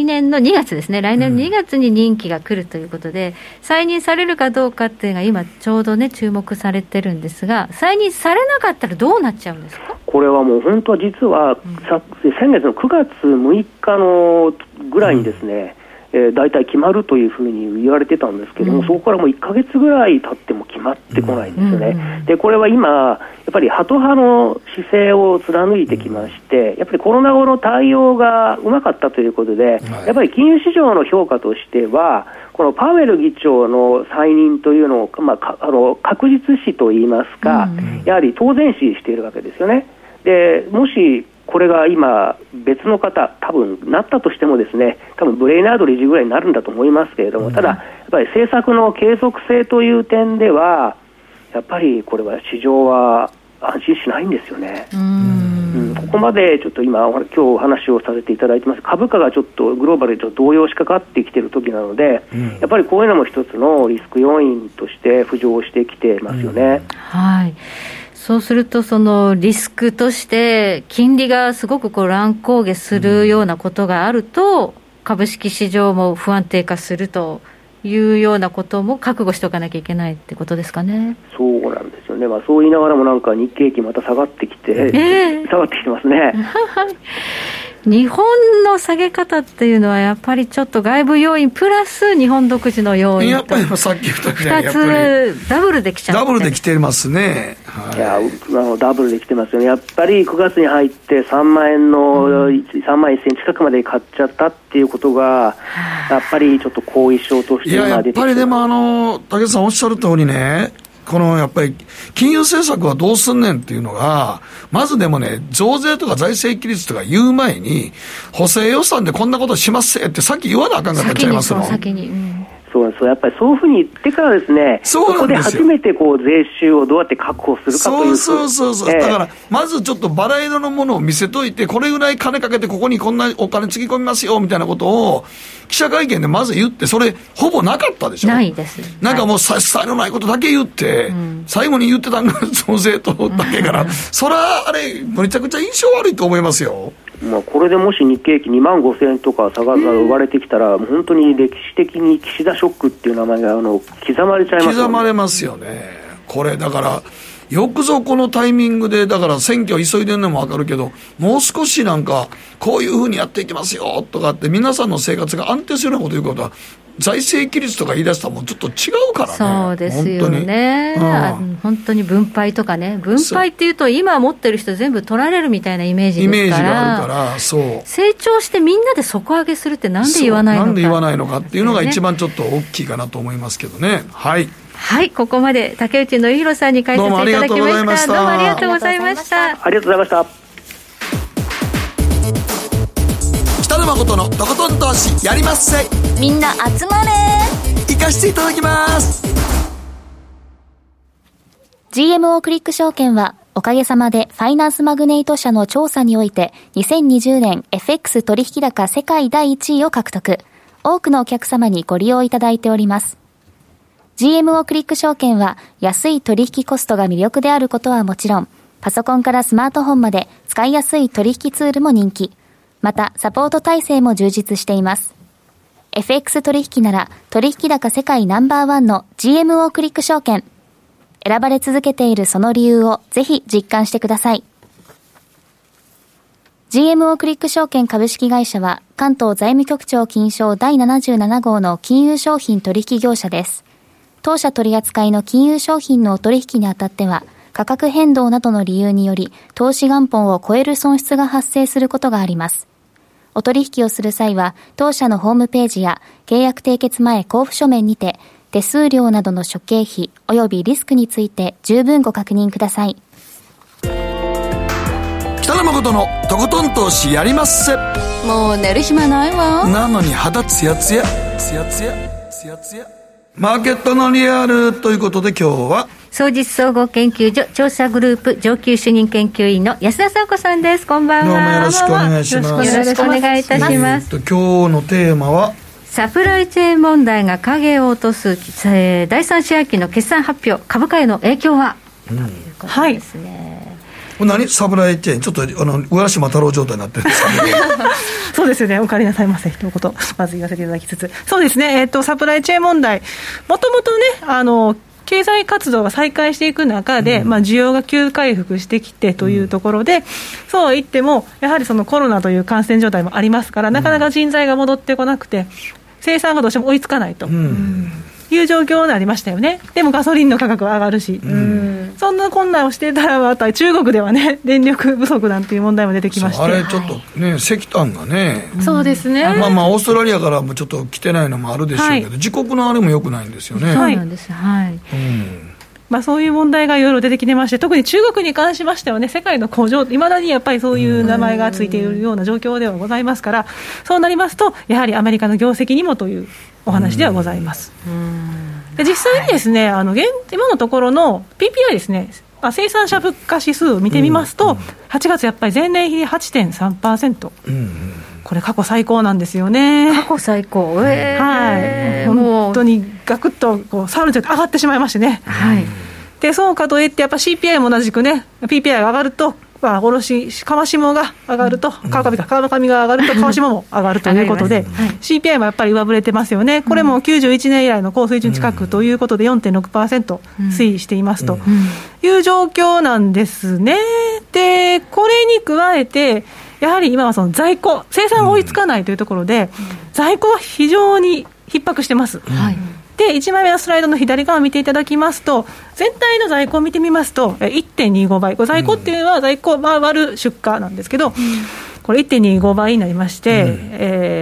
Speaker 2: 2月ですね、来年の2月に任期が来るということで、再任されるかどうかっていうのが今ちょうどね注目されてるんですが、再任されなかったらどうなっちゃうんですか？
Speaker 4: これはもう本当は実は、先月の9月6日のぐらいにですね、大体決まるというふうに言われてたんですけども、そこからもう1ヶ月ぐらい経っても決まってこないんですよね。でこれは今やっぱりハト派の姿勢を貫いてきまして、やっぱりコロナ後の対応がうまかったということで、やっぱり金融市場の評価としてはこのパウエル議長の再任というのを、確実視といいますか、やはり当然視しているわけですよね。でもしこれが今別の方多分なったとしてもですね、多分ブレイナード理事ぐらいになるんだと思いますけれども、ただやっぱり政策の継続性という点ではやっぱりこれは市場は安心しないんですよね。ここまでちょっと今日話をさせていただいてます株価がちょっとグローバルでちょっと動揺しかかってきている時なので、やっぱりこういうのも一つのリスク要因として浮上してきてますよね。
Speaker 2: はい。そうするとそのリスクとして金利がすごく乱高下するようなことがあると、株式市場も不安定化するというようなことも覚悟しておかなきゃいけないってことですかね。
Speaker 4: そうなんですよね。そう言いながらもなんか日経平均また下がってきて、下がってきてますね。
Speaker 2: 日本の下げ方っていうのはやっぱりちょっと外部要因プラス日本独自の要因と
Speaker 1: やっぱりさっき言ったみたいに
Speaker 2: 2つダブルできちゃって、
Speaker 1: ダブルできてますね、
Speaker 4: いやダブルできてますよね。やっぱり9月に入って3万円の、3万1000近くまで買っちゃったっていうことがやっぱりちょっと後遺症として
Speaker 1: やっぱりでも武さんおっしゃる通りね、このやっぱり金融政策はどうすんねんっていうのがまずでもね、増税とか財政規律とか言う前に補正予算でこんなことしますってさっき言わなあかんかったんちゃいますの。
Speaker 2: 先に
Speaker 4: そうです。やっぱりそういうふうに言ってからですね、そこで初めてこう税収をどうやって確保するかという。
Speaker 1: そう、だからまずちょっとバラ色のものを見せといて、これぐらい金かけてここにこんなお金つぎ込みますよみたいなことを記者会見でまず言って、それほぼなかったでしょ。
Speaker 2: ないです。
Speaker 1: なんかもう差し障りのないことだけ言って、最後に言ってたのが増税とだけからそれはあれめちゃくちゃ印象悪いと思いますよ。
Speaker 4: これでもし日経平均2万5000円とか生まれてきたら、もう本当に歴史的に岸田ショックっていう名前が刻まれちゃいますよね。
Speaker 1: 刻まれますよね。これだからよくぞこのタイミングで、だから選挙急いでるのも分かるけど、もう少しなんかこういうふうにやっていきますよとかって皆さんの生活が安定するようなこと言うことは、財政規律とか言い出したらもうちょっと違うからね。
Speaker 2: そうですよね。本当に分配とかね、分配っていうと今持ってる人全部取られるみたいなイメージですから、
Speaker 1: イメージがあるから、そう
Speaker 2: 成長してみんなで底上げするってなんで言わないのか、
Speaker 1: なんで言わないのかっていうのが一番ちょっと大きいかなと思いますけどね。はい。
Speaker 2: はい、ここまで竹内典弘さんに解説いただきました。どうもありがとうございました。
Speaker 4: ありがとうございました。
Speaker 1: 北野誠のとことん投資やりまっせ。
Speaker 6: みんな集まれ。
Speaker 1: 行かしていただきます。
Speaker 3: GMO クリック証券はおかげさまでファイナンスマグネイト社の調査において2020年 FX 取引高世界第1位を獲得。多くのお客様にご利用いただいております。GMO クリック証券は安い取引コストが魅力であることはもちろん、パソコンからスマートフォンまで使いやすい取引ツールも人気。またサポート体制も充実しています。FX 取引なら取引高世界ナンバーワンの GMO クリック証券。選ばれ続けているその理由をぜひ実感してください。GMO クリック証券株式会社は関東財務局長金賞第77号の金融商品取引業者です。当社取扱いの金融商品のお取引にあたっては価格変動などの理由により投資元本を超える損失が発生することがあります。お取引をする際は当社のホームページや契約締結前交付書面にて手数料などの諸経費及びリスクについて十分ご確認ください。
Speaker 1: 北野誠のとことん投資やりまっせ。
Speaker 7: もう寝る暇ないわ。
Speaker 1: なのに肌ツヤツヤツヤツヤツヤツヤ。マーケットのリアルということで、今日は
Speaker 2: 総実総合研究所調査グループ上級主任研究員の安田佐子さんです。こんばんは。
Speaker 1: どうもよろしくお願いします。
Speaker 2: よろしくお願いいたします。
Speaker 1: 今日のテーマは
Speaker 2: サプライチェーン問題が影を落とす、第3四半期の決算発表、株価への影響は、ということですね。
Speaker 1: 何サプライチェーン、ちょっと浦島太郎状態になってるんですかね。
Speaker 9: そうですよね、お帰りなさいませ一言まず言わせていただきつつ、そうですね、サプライチェーン問題、もともとね経済活動が再開していく中で、需要が急回復してきてというところで、そう言ってもやはりそのコロナという感染状態もありますから、なかなか人材が戻ってこなくて生産がどうしても追いつかないという状況になりましたよね。でもガソリンの価格は上がるし、そんな困難をしていたらまた中国ではね電力不足なんていう問題も出てきまして、
Speaker 1: あれちょっとね、石炭がね、
Speaker 9: そうですね、
Speaker 1: オーストラリアからもちょっと来てないのもあるでしょうけど、自国のあれも良くないんですよね。
Speaker 2: そうなんです、
Speaker 9: そういう問題がいろいろ出てきてまして、特に中国に関しましてはね、世界の工場いまだにやっぱりそういう名前がついているような状況ではございますから、そうなりますとやはりアメリカの業績にもというお話ではございます。で実際にですね、今のところの PPI ですね、生産者物価指数を見てみますと、8月やっぱり前年比で 8.3%、これ過去最高なんですよね。
Speaker 2: 過去最高、
Speaker 9: 本当にガクッとサウルで上がってしまいましてね、でそうかといってやっぱ CPI も同じくね、 PPI が上がると卸川下が上がると、川上が上がると川下も上がるということで、CPI もやっぱり上振れてますよね。これも91年以来の高水準近くということで 4.6% 推移していますという状況なんですね。でこれに加えてやはり今はその在庫、生産が追いつかないというところで、在庫は非常に逼迫してます。で1枚目のスライドの左側を見ていただきますと、全体の在庫を見てみますと 1.25 倍、在庫っていうのは在庫割る出荷なんですけど、これ 1.25 倍になりまして、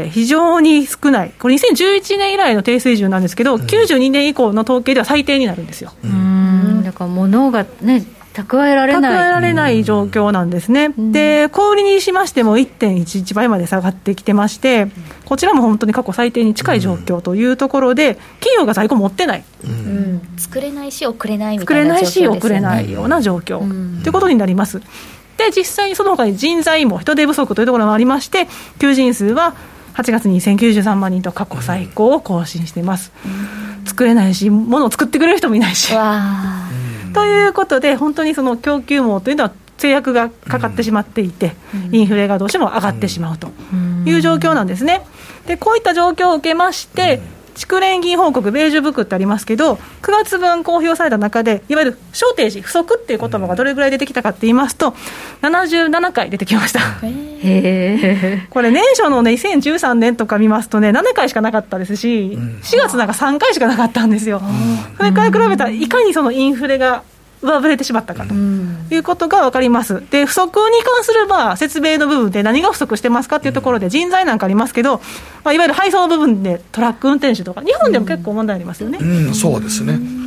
Speaker 9: 非常に少ない。これ2011年以来の低水準なんですけど、92年以降の統計では最低になるんですよ。
Speaker 2: だから物がね蓄えられ
Speaker 9: ない状況なんですね。で小売りにしましても 1.11 倍まで下がってきてまして、こちらも本当に過去最低に近い状況というところで、企業が在庫持ってない、
Speaker 3: 作れないし送れないみたいな状況ですよね。
Speaker 9: 送れないような状況ということになります。で実際にその他に人材も人手不足というところもありまして、求人数は8月に1093万人と過去最高を更新しています。作れないし、物を作ってくれる人もいないしということで、本当にその供給網というのは制約がかかってしまっていて、インフレがどうしても上がってしまうという状況なんですね。でこういった状況を受けまして、蓄連銀報告ベージュブックってありますけど、9月分公表された中でいわゆるショーテージ、不足っていう言葉がどれぐらい出てきたかって言いますと、77回出てきました。これ年初の、ね、2013年とか見ますとね、7回しかなかったですし、4月なんか3回しかなかったんですよ。それから比べたらいかにそのインフレが上振れてしまったかということが分かります。で不足に関する説明の部分で何が不足してますかというところで、人材なんかありますけど、いわゆる配送の部分でトラック運転手とか日本でも結構問題ありますよね。
Speaker 1: そうですね。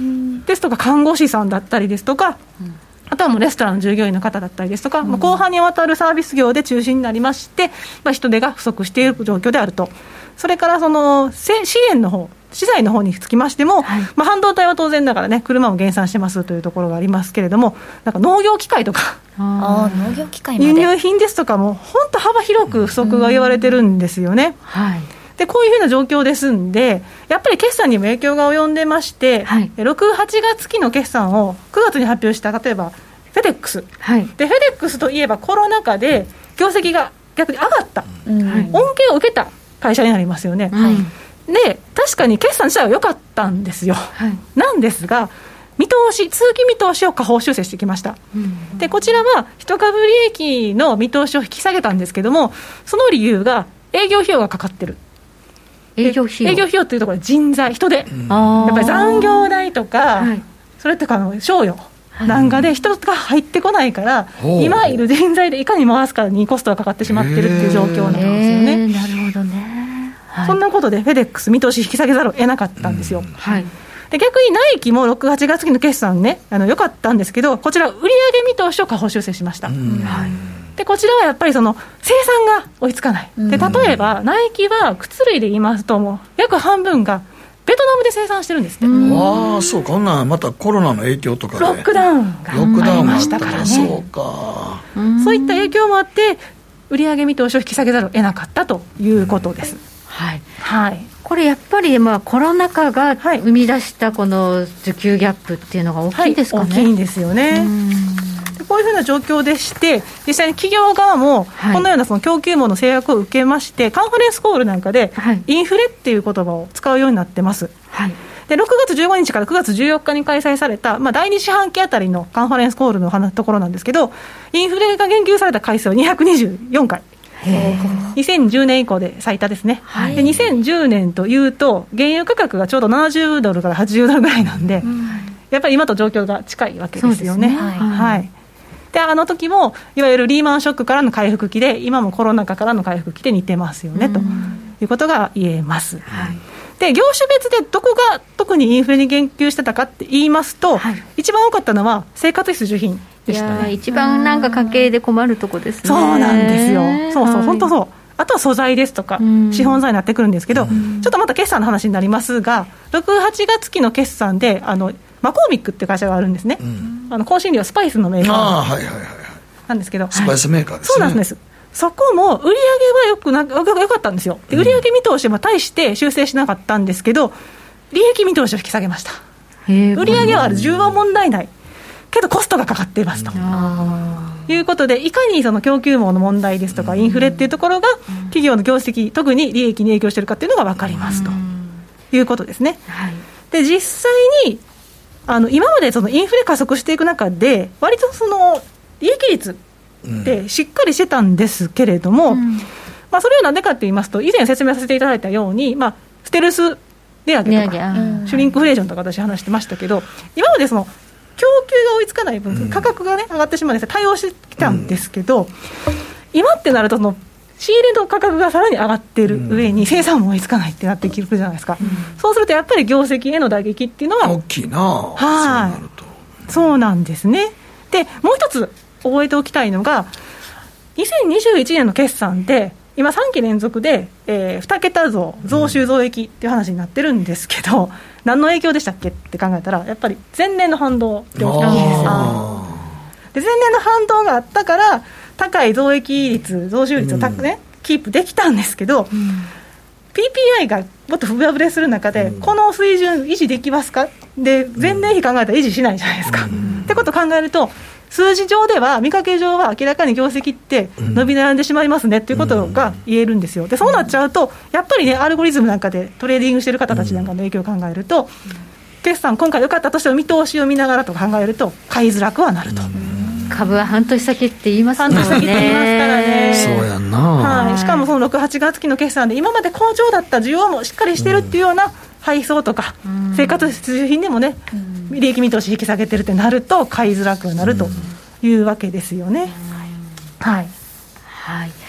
Speaker 9: ですとか看護師さんだったりですとか、あとはもうレストランの従業員の方だったりですとか、後半にわたるサービス業で中心になりまして、人手が不足している状況であると。それからその支援の方、資材の方につきましても、半導体は当然ながらね、車も減産してますというところがありますけれども、なんか農業機械とか
Speaker 3: 農業機械まで
Speaker 9: 輸入品ですとかも本当幅広く不足が言われてるんですよね。でこういうふうな状況ですんで、やっぱり決算にも影響が及んでまして、6、8月期の決算を9月に発表した例えばフェデックス、でフェデックスといえばコロナ禍で業績が逆に上がった、恩恵を受けた会社になりますよね。で確かに決算自体は良かったんですよ、なんですが見通し、通期見通しを下方修正してきました、でこちらは一株利益の見通しを引き下げたんですけども、その理由が営業費用がかかってる。営業費用というところで人材、人手、やっぱり残業代とか、それとか賞与なんかで人が入ってこないから、今いる人材でいかに回すかにコストがかかってしまってるっていう状況なんですよね。
Speaker 2: なるほどね、
Speaker 9: そんなことでフェデックス見通し引き下げざるを得なかったんですよ、で逆にナイキも6、8月期の決算ね、良かったんですけど、こちら売上見通しを下方修正しました、でこちらはやっぱりその生産が追いつかない。で例えばナイキは靴類で言いますと、もう約半分がベトナムで生産してるんですって。
Speaker 1: そうか、こんなんまたコロナの影響とかで
Speaker 9: ロックダウンがありましたからね。
Speaker 1: そうか、
Speaker 9: そういった影響もあって売上見通しを引き下げざるを得なかったということです。
Speaker 2: これやっぱりコロナ禍が生み出したこの需給ギャップっていうのが大きいですかね。
Speaker 9: 大きいんですよね。こういうふうな状況でして、実際に企業側もこのようなその供給網の制約を受けまして、カンファレンスコールなんかでインフレっていう言葉を使うようになってます、で6月15日から9月14日に開催された、第2四半期あたりのカンファレンスコールのところなんですけど、インフレが言及された回数は224回、2010年以降で最多ですね、で2010年というと原油価格がちょうど70ドルから80ドルぐらいなんで、やっぱり今と状況が近いわけですよね。であの時もいわゆるリーマンショックからの回復期で、今もコロナ禍からの回復期で似てますよね、ということが言えます、で業種別でどこが特にインフレに言及してたかって言いますと、一番多かったのは生活必需品でしたね。
Speaker 2: 一番なんか家計で困るとこですね。
Speaker 9: そうなんですよ。本当そう。あとは素材ですとか資本材になってくるんですけど、ちょっとまた決算の話になりますが、6、8月期の決算でマコーミックっていう会社があるんですね、香辛料スパイスのメーカーなんですけど、
Speaker 1: スパイスメーカーですね。
Speaker 9: そうなんです。そこも売上はよかったんですよ。で売上見通しも大して修正しなかったんですけど、利益見通しを引き下げました。売上は需要は問題ないけどコストがかかっていますということで、いかにその供給網の問題ですとかインフレっていうところが企業の業績、特に利益に影響しているかっていうのが分かりますということですね。で実際に今までそのインフレ加速していく中で、割とその利益率ってしっかりしてたんですけれども、それは何でかと言いますと、以前説明させていただいたように、ステルス値上げとかシュリンクフレーションとか私話してましたけど、今までその供給が追いつかない分、価格が、ね、上がってしまうんです。対応してきたんですけど、今ってなるとその仕入れの価格がさらに上がっている上に生産も追いつかないってなってくるじゃないですか、そうするとやっぱり業績への打撃っていうのは
Speaker 1: 大きいな。
Speaker 9: そうなんですね。でもう一つ覚えておきたいのが、2021年の決算で今3期連続で、2桁増収増益っていう話になってるんですけど、何の影響でしたっけって考えたら、やっぱり前年の反動って大きいんですよ。で前年の反動があったから高い増益率、増収率をキープできたんですけど、PPI がもっと上振れする中で、この水準維持できますかで、前年比考えたら維持しないじゃないですか、ってことを考えると、数字上では、見かけ上は明らかに業績って伸び悩んでしまいますねっていうことが言えるんですよ。でそうなっちゃうと、やっぱりね、アルゴリズムなんかでトレーディングしてる方たちなんかの影響を考えると、決算今回良かったとしても見通しを見ながらと考えると買いづらくはなると。
Speaker 2: 株は半年先って言いますもんね。
Speaker 9: 半年先って言いますからね。
Speaker 1: そうやんな、
Speaker 9: しかもその6、8月期の決算で今まで好調だった需要もしっかりしてるっていうような配送とか生活必需品でもね、利益見通し引き下げてるってなると買いづらくなるというわけですよね。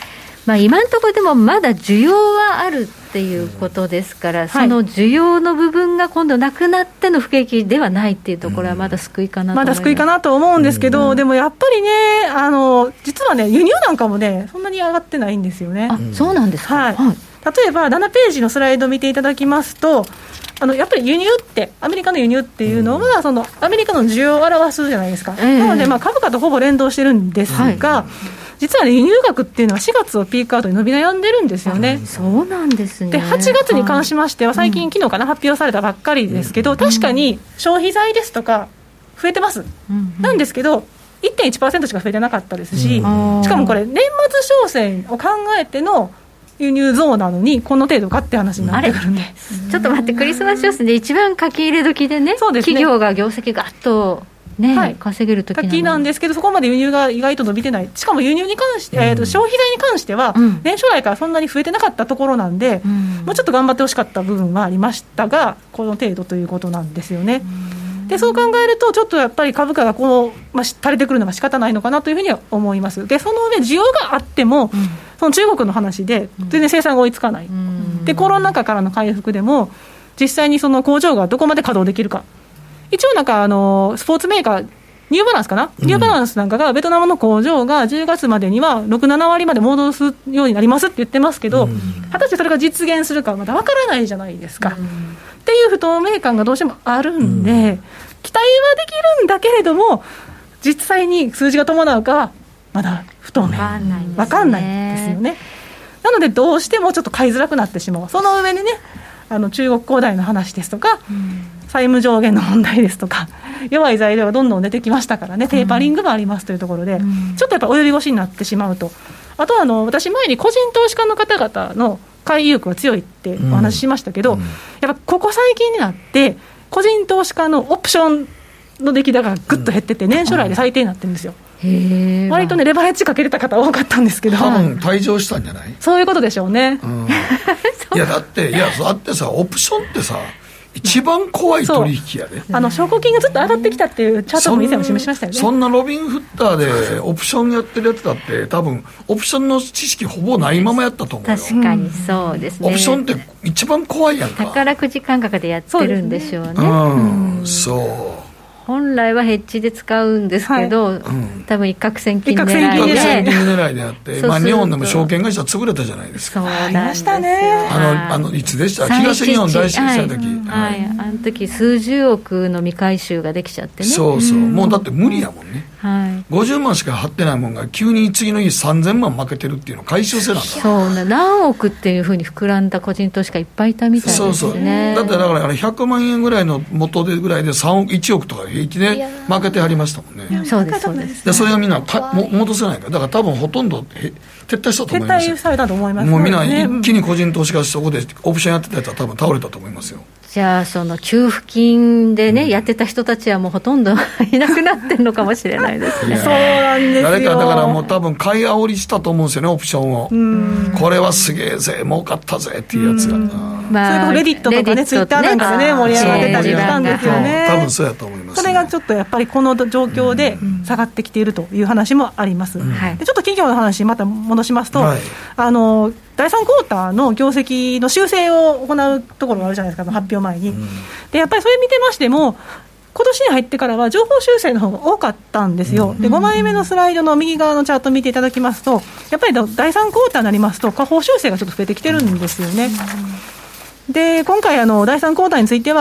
Speaker 2: 今のところでもまだ需要はあるっていうことですから、その需要の部分が今度なくなっての不景気ではないっていうところはまだ救いかなと思います。
Speaker 9: まだ救いかなと思うんですけど、でもやっぱりね、実はね、輸入なんかもね、そんなに上がってないんですよね。
Speaker 2: そうなんですか。
Speaker 9: 例えば7ページのスライドを見ていただきますと、やっぱり輸入って、アメリカの輸入っていうのは、そのアメリカの需要を表すじゃないですか。なので、株価とほぼ連動してるんですが、実は、ね、輸入額っていうのは4月をピークアウトに伸び悩んでるんですよね。
Speaker 2: そうなんですね。
Speaker 9: で8月に関しましては、最近、昨日かな、発表されたばっかりですけど、確かに消費財ですとか増えてます、なんですけど 1.1% しか増えてなかったですし、しかもこれ年末商戦を考えての輸入増なのにこの程度かって話になってくるんで、
Speaker 2: ちょっと待って、クリスマス商戦で一番書き入れ時でね、企業が業績ガッと稼げる時
Speaker 9: なんですけど、そこまで輸入が意外と伸びてない。しかも輸入に関して、消費財に関しては、年初来からそんなに増えてなかったところなんで、もうちょっと頑張ってほしかった部分はありましたが、この程度ということなんですよね。でそう考えると、ちょっとやっぱり株価が垂れてくるのが仕方ないのかなというふうには思います。でその上、需要があっても、その中国の話で全然生産が追いつかない、でコロナ禍からの回復でも実際にその工場がどこまで稼働できるか。一応スポーツメーカーニューバランスかな、ニューバランスなんかがベトナムの工場が10月までには 6,7 割まで戻すようになりますって言ってますけど、果たしてそれが実現するかはまだわからないじゃないですか、っていう不透明感がどうしてもあるんで、期待はできるんだけれども実際に数字が伴うかはまだ不透明、わかんないですよね。なのでどうしてもちょっと買いづらくなってしまう。その上でね、中国恒大の話ですとか、債務上限の問題ですとか、弱い材料がどんどん出てきましたからね、テーパリングもありますというところで、ちょっとやっぱ及び腰になってしまうと。あとは私前に個人投資家の方々の買い意欲が強いってお話ししましたけど、やっぱここ最近になって個人投資家のオプションの出来高がぐっと減ってて、年初来で最低になってるんですよ。割とねレバレッジかけてた方多かったんですけど、
Speaker 1: 多分退場したんじゃない？
Speaker 9: そういうことでしょうね。
Speaker 1: いやだってさ、オプションってさ一番怖い取引やで。
Speaker 9: 証拠金がずっと上がってきたっていうチャートも以前も示しましたよね。
Speaker 1: そんなロビンフッターでオプションやってるやつだって多分オプションの知識ほぼないままやったと思うよ。
Speaker 2: 確かにそうですね。
Speaker 1: オプションって一番怖いやんか。
Speaker 2: 宝くじ感覚でやってるんでしょうね。
Speaker 1: そう
Speaker 2: 本来はヘッジで使うんですけど、多分一攫千金狙
Speaker 1: いであって、日本でも証券会社潰れたじゃないですか。
Speaker 9: ありましたね。
Speaker 1: いつでした？東日本大震災の時、
Speaker 2: あの時数十億の未回収ができちゃってね。
Speaker 1: そうもうだって無理やもんね。50万しか張ってないもんが急に次の日3000万負けてるっていうの回収せなんだ。
Speaker 2: そう何億っていうふうに膨らんだ個人投資家いっぱいいたみたいですね。
Speaker 1: だってだから100万円ぐらいの元でぐらいで1億とか平気で負けてはりましたもんね。
Speaker 2: そうです
Speaker 1: でそれがみんな戻せないから、だから多分ほとんど撤退したと思いますよ。
Speaker 9: 撤退されたと思います。
Speaker 1: もうみんな一気に個人投資家そこでオプションやってたやつは多分倒れたと思いますよ。
Speaker 2: じゃあその給付金でね、やってた人たちはもうほとんどいなくなってるのかもしれないですね。
Speaker 9: そうなんですよ。
Speaker 1: 誰かだからもう多分買い煽りしたと思うんですよね、オプションを。これはすげえぜ、儲かったぜっていうやつが、
Speaker 9: それこそレディットとかね、ツイッターなんかでね盛り上がってたりしたんですよね。
Speaker 1: 多分そうやと思います、
Speaker 9: それがちょっとやっぱりこの状況で下がってきているという話もあります。でちょっと企業の話また戻しますと、第3クォーターの業績の修正を行うところがあるじゃないですか、発表前に。でやっぱりそれ見てましても、今年に入ってからは情報修正の方が多かったんですよ。で5枚目のスライドの右側のチャートを見ていただきますと、やっぱり第3クォーターになりますと下方修正がちょっと増えてきてるんですよね。で今回第3クォーターについては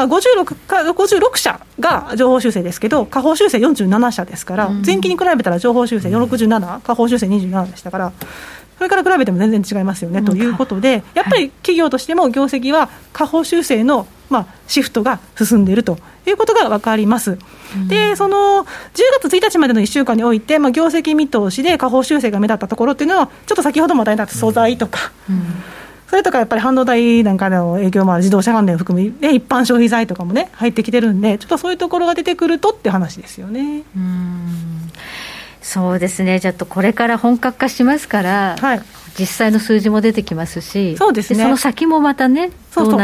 Speaker 9: 56社が情報修正ですけど、下方修正47社ですから、前期に比べたら情報修正67、下方修正27でしたから、それから比べても全然違いますよね、ということで、やっぱり企業としても業績は下方修正のシフトが進んでいるということが分かります。でその10月1日までの1週間において、業績見通しで下方修正が目立ったところっていうのは、ちょっと先ほども話題になった素材とか、それとかやっぱり半導体なんかの影響もある自動車関連を含む、一般消費財とかもね入ってきてるんで、ちょっとそういうところが出てくるとって話ですよね。
Speaker 2: そうですね。ちょっとこれから本格化しますから、実際の数字も出てきますし、 そうですね。その先もまたねどうなる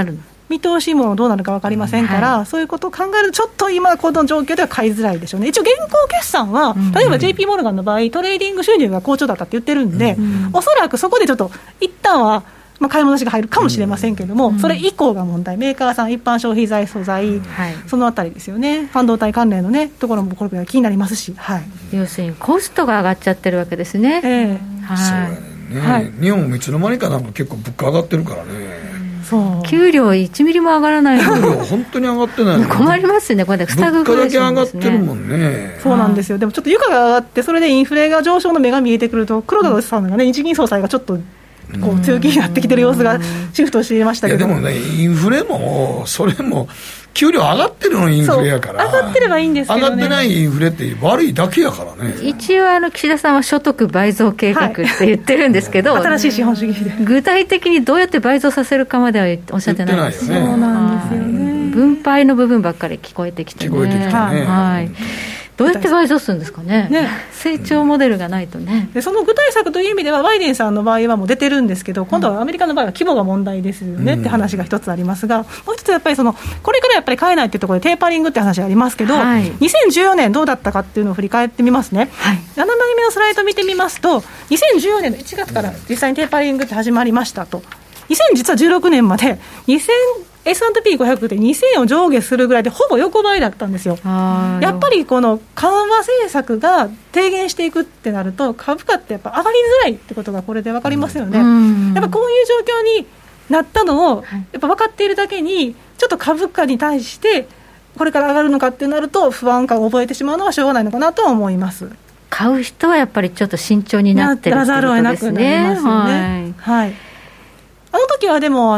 Speaker 9: 見通しもどうなるか分かりませんから、そういうことを考えるとちょっと今この状況では買いづらいでしょうね。一応現行決算は、例えば JP モルガンの場合トレーディング収入が好調だったって言ってるんで、おそらくそこでちょっと一旦は買い戻しが入るかもしれませんけれども、それ以降が問題、メーカーさん、一般消費財素材、そのあたりですよね。半導体関連のねところもこれが気になりますし、
Speaker 2: 要するにコストが上がっちゃってるわけですね。
Speaker 1: そうやね、日本もいつの間にかなんか結構物価上がってるからね。
Speaker 2: そう給料1ミリも上がらない。
Speaker 1: 給料本当に上がってないの
Speaker 2: 困りますね。これで
Speaker 1: 物価だけ上がってるもんね。
Speaker 9: そうなんですよ。でもちょっと床が上がってそれでインフレが上昇の目が見えてくると、黒田さんがね日銀総裁がちょっとこう強気になってきてる様子がシフトしていましたけど、
Speaker 1: いやでもね、インフレもそれも給料上がってるのインフレやから、
Speaker 9: 上がってればいいんですけどね、
Speaker 1: 上がってないインフレって悪いだけやからね。
Speaker 2: 一応岸田さんは所得倍増計画って言ってるんですけど、
Speaker 9: 新しい資本主義で
Speaker 2: 具体的にどうやって倍増させるかまではおっしゃってないです
Speaker 1: よね。
Speaker 9: そうなんですよね。
Speaker 2: 分配の部分ばっかり聞こえてきてね。どうやって倍増するんですかね。成長モデルがないとね。
Speaker 9: でその具体策という意味ではバイデンさんの場合はもう出てるんですけど、今度はアメリカの場合は規模が問題ですよねって話が一つありますが、もう一つやっぱりこれからやっぱり買えないっていうところでテーパリングって話がありますけど、2014年どうだったかっていうのを振り返ってみますね。7枚目のスライド見てみますと、2014年の1月から実際にテーパリングって始まりましたと。実は16年までS&P500 で2000を上下するぐらいでほぼ横ばいだったんですよ。やっぱりこの緩和政策が低減していくってなると株価ってやっぱ上がりづらいってことがこれで分かりますよね。やっぱこういう状況になったのをやっぱ分かっているだけに、ちょっと株価に対してこれから上がるのかってなると不安感を覚えてしまうのはしょうがないのかなとは思います。
Speaker 2: 買う人はやっぱりちょっと慎重になってるってことですね。ならざるを得なくなりますよね。
Speaker 9: あの時はでも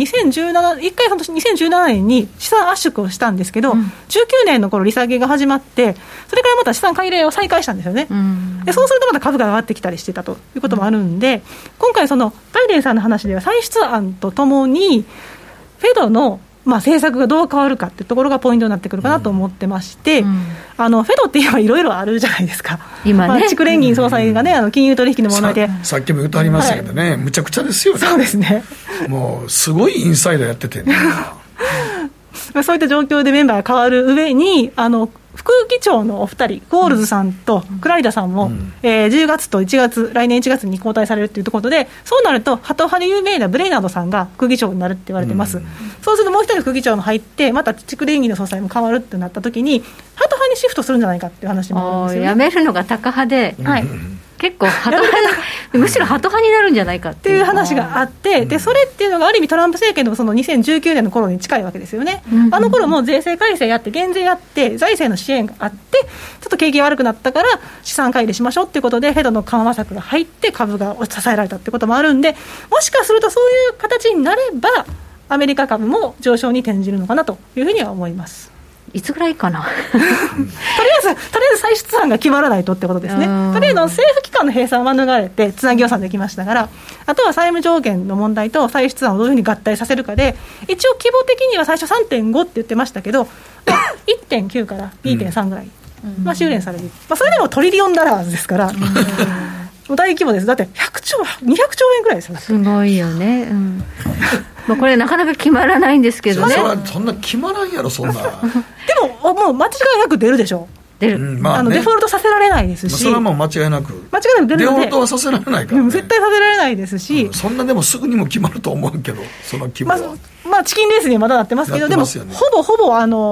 Speaker 9: 2017年に資産圧縮をしたんですけど、19年の頃利下げが始まって、それからまた資産買い入れを再開したんですよね。でそうするとまた株が上がってきたりしてたということもあるんで、今回バイデンさんの話では歳出案とともにフェドの政策がどう変わるかっていうところがポイントになってくるかなと思ってまして、フェドって今いろいろあるじゃないですか。今ね、筑連銀総裁がね、金融取引の問題で
Speaker 1: さっきも言うとありましたけどね、むちゃくちゃですよね。
Speaker 9: そうですね。
Speaker 1: もうすごいインサイドやっててね
Speaker 9: そういった状況でメンバーが変わる上に副議長のお二人、ゴールズさんとクライダさんも、10月と1月、来年1月に交代されるというところで、そうなるとハト派で有名なブレイナードさんが副議長になるって言われてます。そうするともう一人副議長も入って、また筑連銀の総裁も変わるってなったときに、ハト派にシフトするんじゃないかっていう話もあるんですよね。
Speaker 2: やめるのがタカ派で、結構ハト派むしろハト派になるんじゃないかっていう話があって、でそれっていうのがある意味トランプ政権のその2019年の頃に近いわけですよね。あの頃も税制改正やって減税やって財政の支援があって、ちょっと景気が悪くなったから資産買い入れしましょうっていうことでフェドの緩和策が入って株が支えられたってこともあるんで、もしかするとそういう形になればアメリカ株も上昇に転じるのかなというふうには思います。 いつぐらいかな
Speaker 9: とりあえず歳出案が決まらないとってことですね。とりあえず政府機関の閉鎖は免れてつなぎ予算できましたから、あとは債務上限の問題と歳出案をどういうふうに合体させるかで、一応規模的には最初 3.5 って言ってましたけど、1.9 から 2.3 ぐらい、修練される、それでもトリリオンダラーズですから大規模です。だって100兆200兆円ぐらいですよ。
Speaker 2: すごいよね。これなかなか決まらないんですけどね。
Speaker 1: そんな決まらんやろそんなで
Speaker 9: ももう間違いなく出るでしょ。
Speaker 2: 出る、
Speaker 9: デフォルトさせられないですし、
Speaker 1: それはもう間違いなく
Speaker 9: 出るので
Speaker 1: デフォルトはさせられないからね。
Speaker 9: 絶対させられないですし、
Speaker 1: そんなでもすぐにも決まると思うけど、その規模は
Speaker 9: チキンレースにまだなってますけど、でもほぼ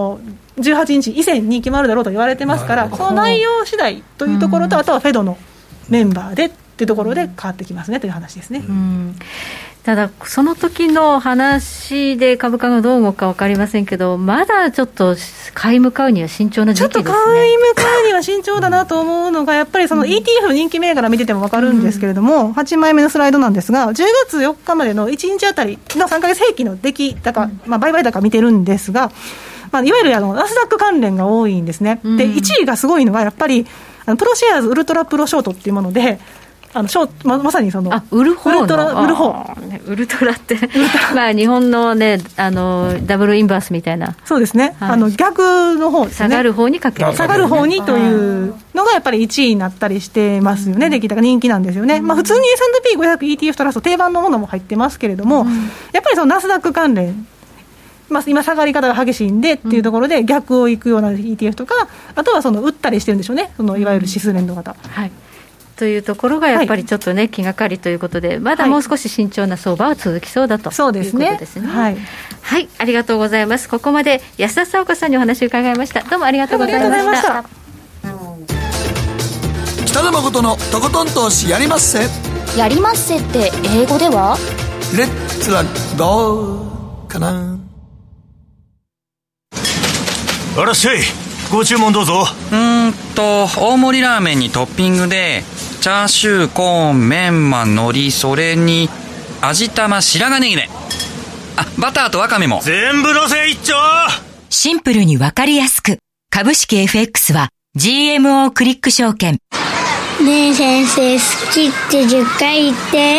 Speaker 9: 18日以前に決まるだろうと言われてますから、その内容次第というところと、あとはフェドのメンバーでっていうところで変わってきますねという話ですね。
Speaker 2: ただその時の話で株価がどう動くか分かりませんけど、まだちょっと買い向かうには慎重な時期ですね。
Speaker 9: ちょっと買い向かうには慎重だなと思うのが、やっぱりその ETF 人気銘柄見てても分かるんですけれども、8枚目のスライドなんですが、10月4日までの1日あたりの3ヶ月平均の出来高、売買高見てるんですが、いわゆるナスダック関連が多いんですね。で1位がすごいのがやっぱりプロシェアーズウルトラプロショートっていうもので、まさにその
Speaker 2: 売る方の
Speaker 9: ウルトラ
Speaker 2: って日本のねダブルインバースみたいな。
Speaker 9: そうですね、逆の方ですね。
Speaker 2: 下がる方にかける、
Speaker 9: 下がる方にというのがやっぱり1位になったりしてますよね。出来高人気なんですよね。普通に S&P500 ETF トラスト定番のものも入ってますけれども、やっぱりそのナスダック関連今下がり方が激しいんでっていうところで逆をいくような ETF とか、あとはその売ったりしてるんでしょうね、そのいわゆる指数連動型、
Speaker 2: はい、というところがやっぱりちょっとね、気がかりということで、まだもう少し慎重な相場は続きそうだと、
Speaker 9: そうですね、
Speaker 2: いうことですね。
Speaker 9: はい、
Speaker 2: はい、ありがとうございます。ここまで安田沙保子さんにお話を伺いました。どうもありがとうございました。
Speaker 1: 北野誠のとことん投資やりまっせ。
Speaker 3: やりまっせって英語では
Speaker 1: レッツラゴーかな。
Speaker 8: あらっしゃい、ご注文どうぞ。
Speaker 5: 大盛りラーメンにトッピングでチャーシュー、コーン、メンマ、海苔、それに味玉、白髪ネギね。あ、バターとワカメも
Speaker 8: 全部のせ一丁。
Speaker 10: シンプルにわかりやすく、株式 FX は GMO クリック証券。
Speaker 6: ねえ先生、好きって10回言って。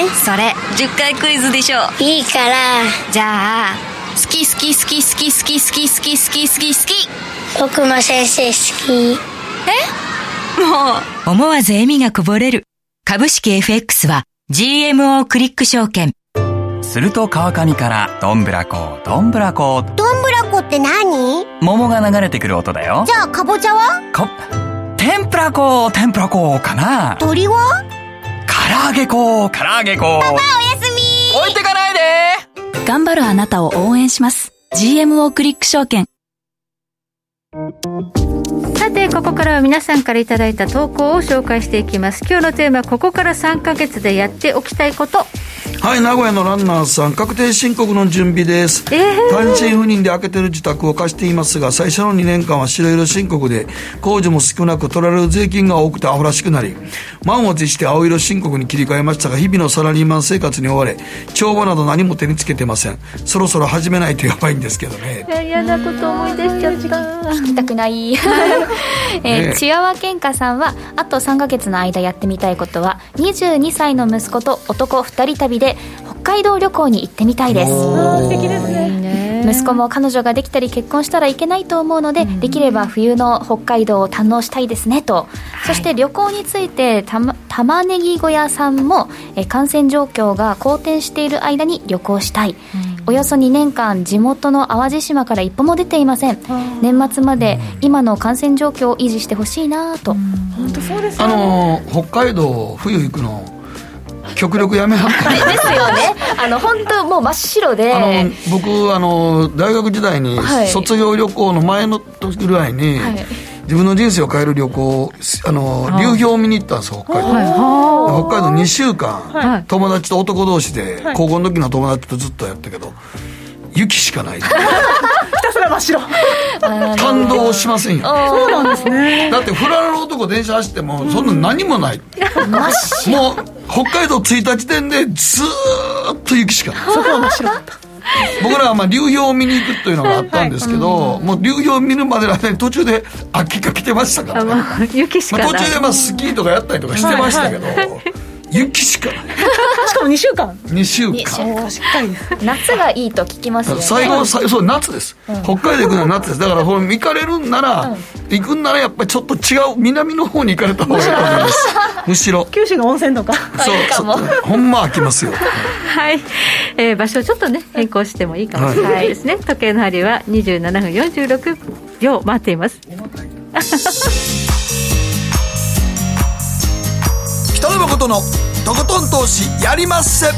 Speaker 10: それ10回クイズでしょ。
Speaker 6: いいから。
Speaker 10: じゃあ、好き好き好き好き好き好き好き好き好き好き。
Speaker 6: 僕も先生好き。
Speaker 10: もう思わず笑みがこぼれる。株式 FX は GMO クリック証券。
Speaker 5: すると川上からどんぶらこどんぶらこ。
Speaker 6: どんぶらこって何？
Speaker 5: 桃が流れてくる音だよ。
Speaker 6: じゃあかぼちゃは？
Speaker 5: 天ぷらこ天ぷらこかな。
Speaker 6: 鳥は？
Speaker 5: 唐揚げこ唐揚げこ。
Speaker 6: パパおやすみ。
Speaker 5: 置いてかないで。
Speaker 7: 頑張るあなたを応援します。 GMO クリック証券。
Speaker 2: さてここからは皆さんからいただいた投稿を紹介していきます。今日のテーマはここから3ヶ月でやっておきたいこと。
Speaker 1: はい、名古屋のランナーさん、確定申告の準備です。単身赴任で開けてる自宅を貸していますが、最初の2年間は白色申告で控除も少なく取られる税金が多くてアホらしくなり、満を持して青色申告に切り替えましたが、日々のサラリーマン生活に追われ帳簿など何も手につけてません。そろそろ始めないとやばいんですけどね。
Speaker 2: 嫌なこと思い出しちゃった。
Speaker 3: 聞きたくないチワワケンカさんはあと3ヶ月の間やってみたいことは、22歳の息子と男2人旅で北海道旅行に行ってみたいです。
Speaker 9: 素敵ですね。
Speaker 3: 息子も彼女ができたり結婚したらいけないと思うので、できれば冬の北海道を堪能したいですねと、そして旅行について玉ねぎ小屋さんも感染状況が好転している間に旅行したい。およそ2年間地元の淡路島から一歩も出ていません。年末まで今の感染状況を維持してほしいなと。
Speaker 9: 本当そうですね。
Speaker 1: 北海道冬行くの極力やめはった
Speaker 3: ですよね。本当もう真っ白で、
Speaker 1: 僕大学時代に卒業旅行の前の時ぐらいに、自分の人生を変える旅行、流氷を見に行ったんですよ、北海道。北海道2週間、友達と男同士で、高校の時の友達とずっとやったけど、雪しかない。
Speaker 9: ひたすら真っ白。
Speaker 1: 感動しませんよ。
Speaker 9: そうなんですね。
Speaker 1: だってフラの男電車走ってもそんな何もない。もう北海道着いた時点でずーっと雪しかない。
Speaker 9: そこは真っ白だった。
Speaker 1: 僕らは流氷を見に行くというのがあったんですけど、もう流氷を見るまでの間に途中で秋が来てましたからね。
Speaker 2: 雪しかない。
Speaker 1: 途中でスキーとかやったりとかしてましたけど、雪しかない。
Speaker 9: しかも2週間。
Speaker 1: 2週間。
Speaker 9: しっかりです。
Speaker 3: 夏がいいと聞きますよね。
Speaker 1: 最後そう夏です。北海道行くのは夏です。だから行かれるんなら、行くんならやっぱりちょっと違う南の方に行かれた方がいいと思います。むしろ
Speaker 9: 九州の温泉とか。
Speaker 1: そうほんま飽きますよ。
Speaker 2: はい、場所をちょっとね変更してもいいかもしれないですね。時計の針は27分46秒回っています。
Speaker 1: 北野誠のとことん投資やりまっせ。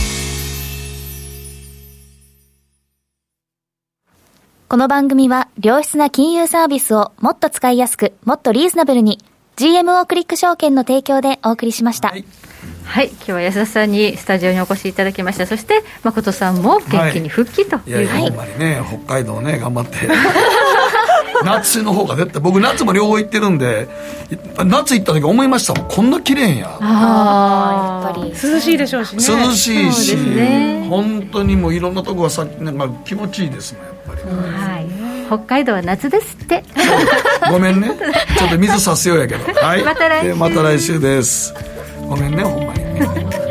Speaker 3: この番組は良質な金融サービスをもっと使いやすく、もっとリーズナブルに GMO クリック証券の提供でお送りしました。
Speaker 2: はい、今日は安田さんにスタジオにお越しいただきました。そして誠さんも元気に復帰という、
Speaker 1: ほんまにね、北海道ね頑張って夏の方が絶対、僕夏も両方行ってるんで、夏行った時思いましたもん、こんな綺麗や。
Speaker 3: やっぱり
Speaker 9: 涼しいでしょうしね。
Speaker 1: 涼しいし、本当にもういろんなとこがなんか気持ちいいですもんやっぱり。
Speaker 2: はい、北海道は夏ですって。
Speaker 1: ごめんね、ちょっと水さすようやけど、はい、
Speaker 2: また来週
Speaker 1: です。ごめんねほんまに。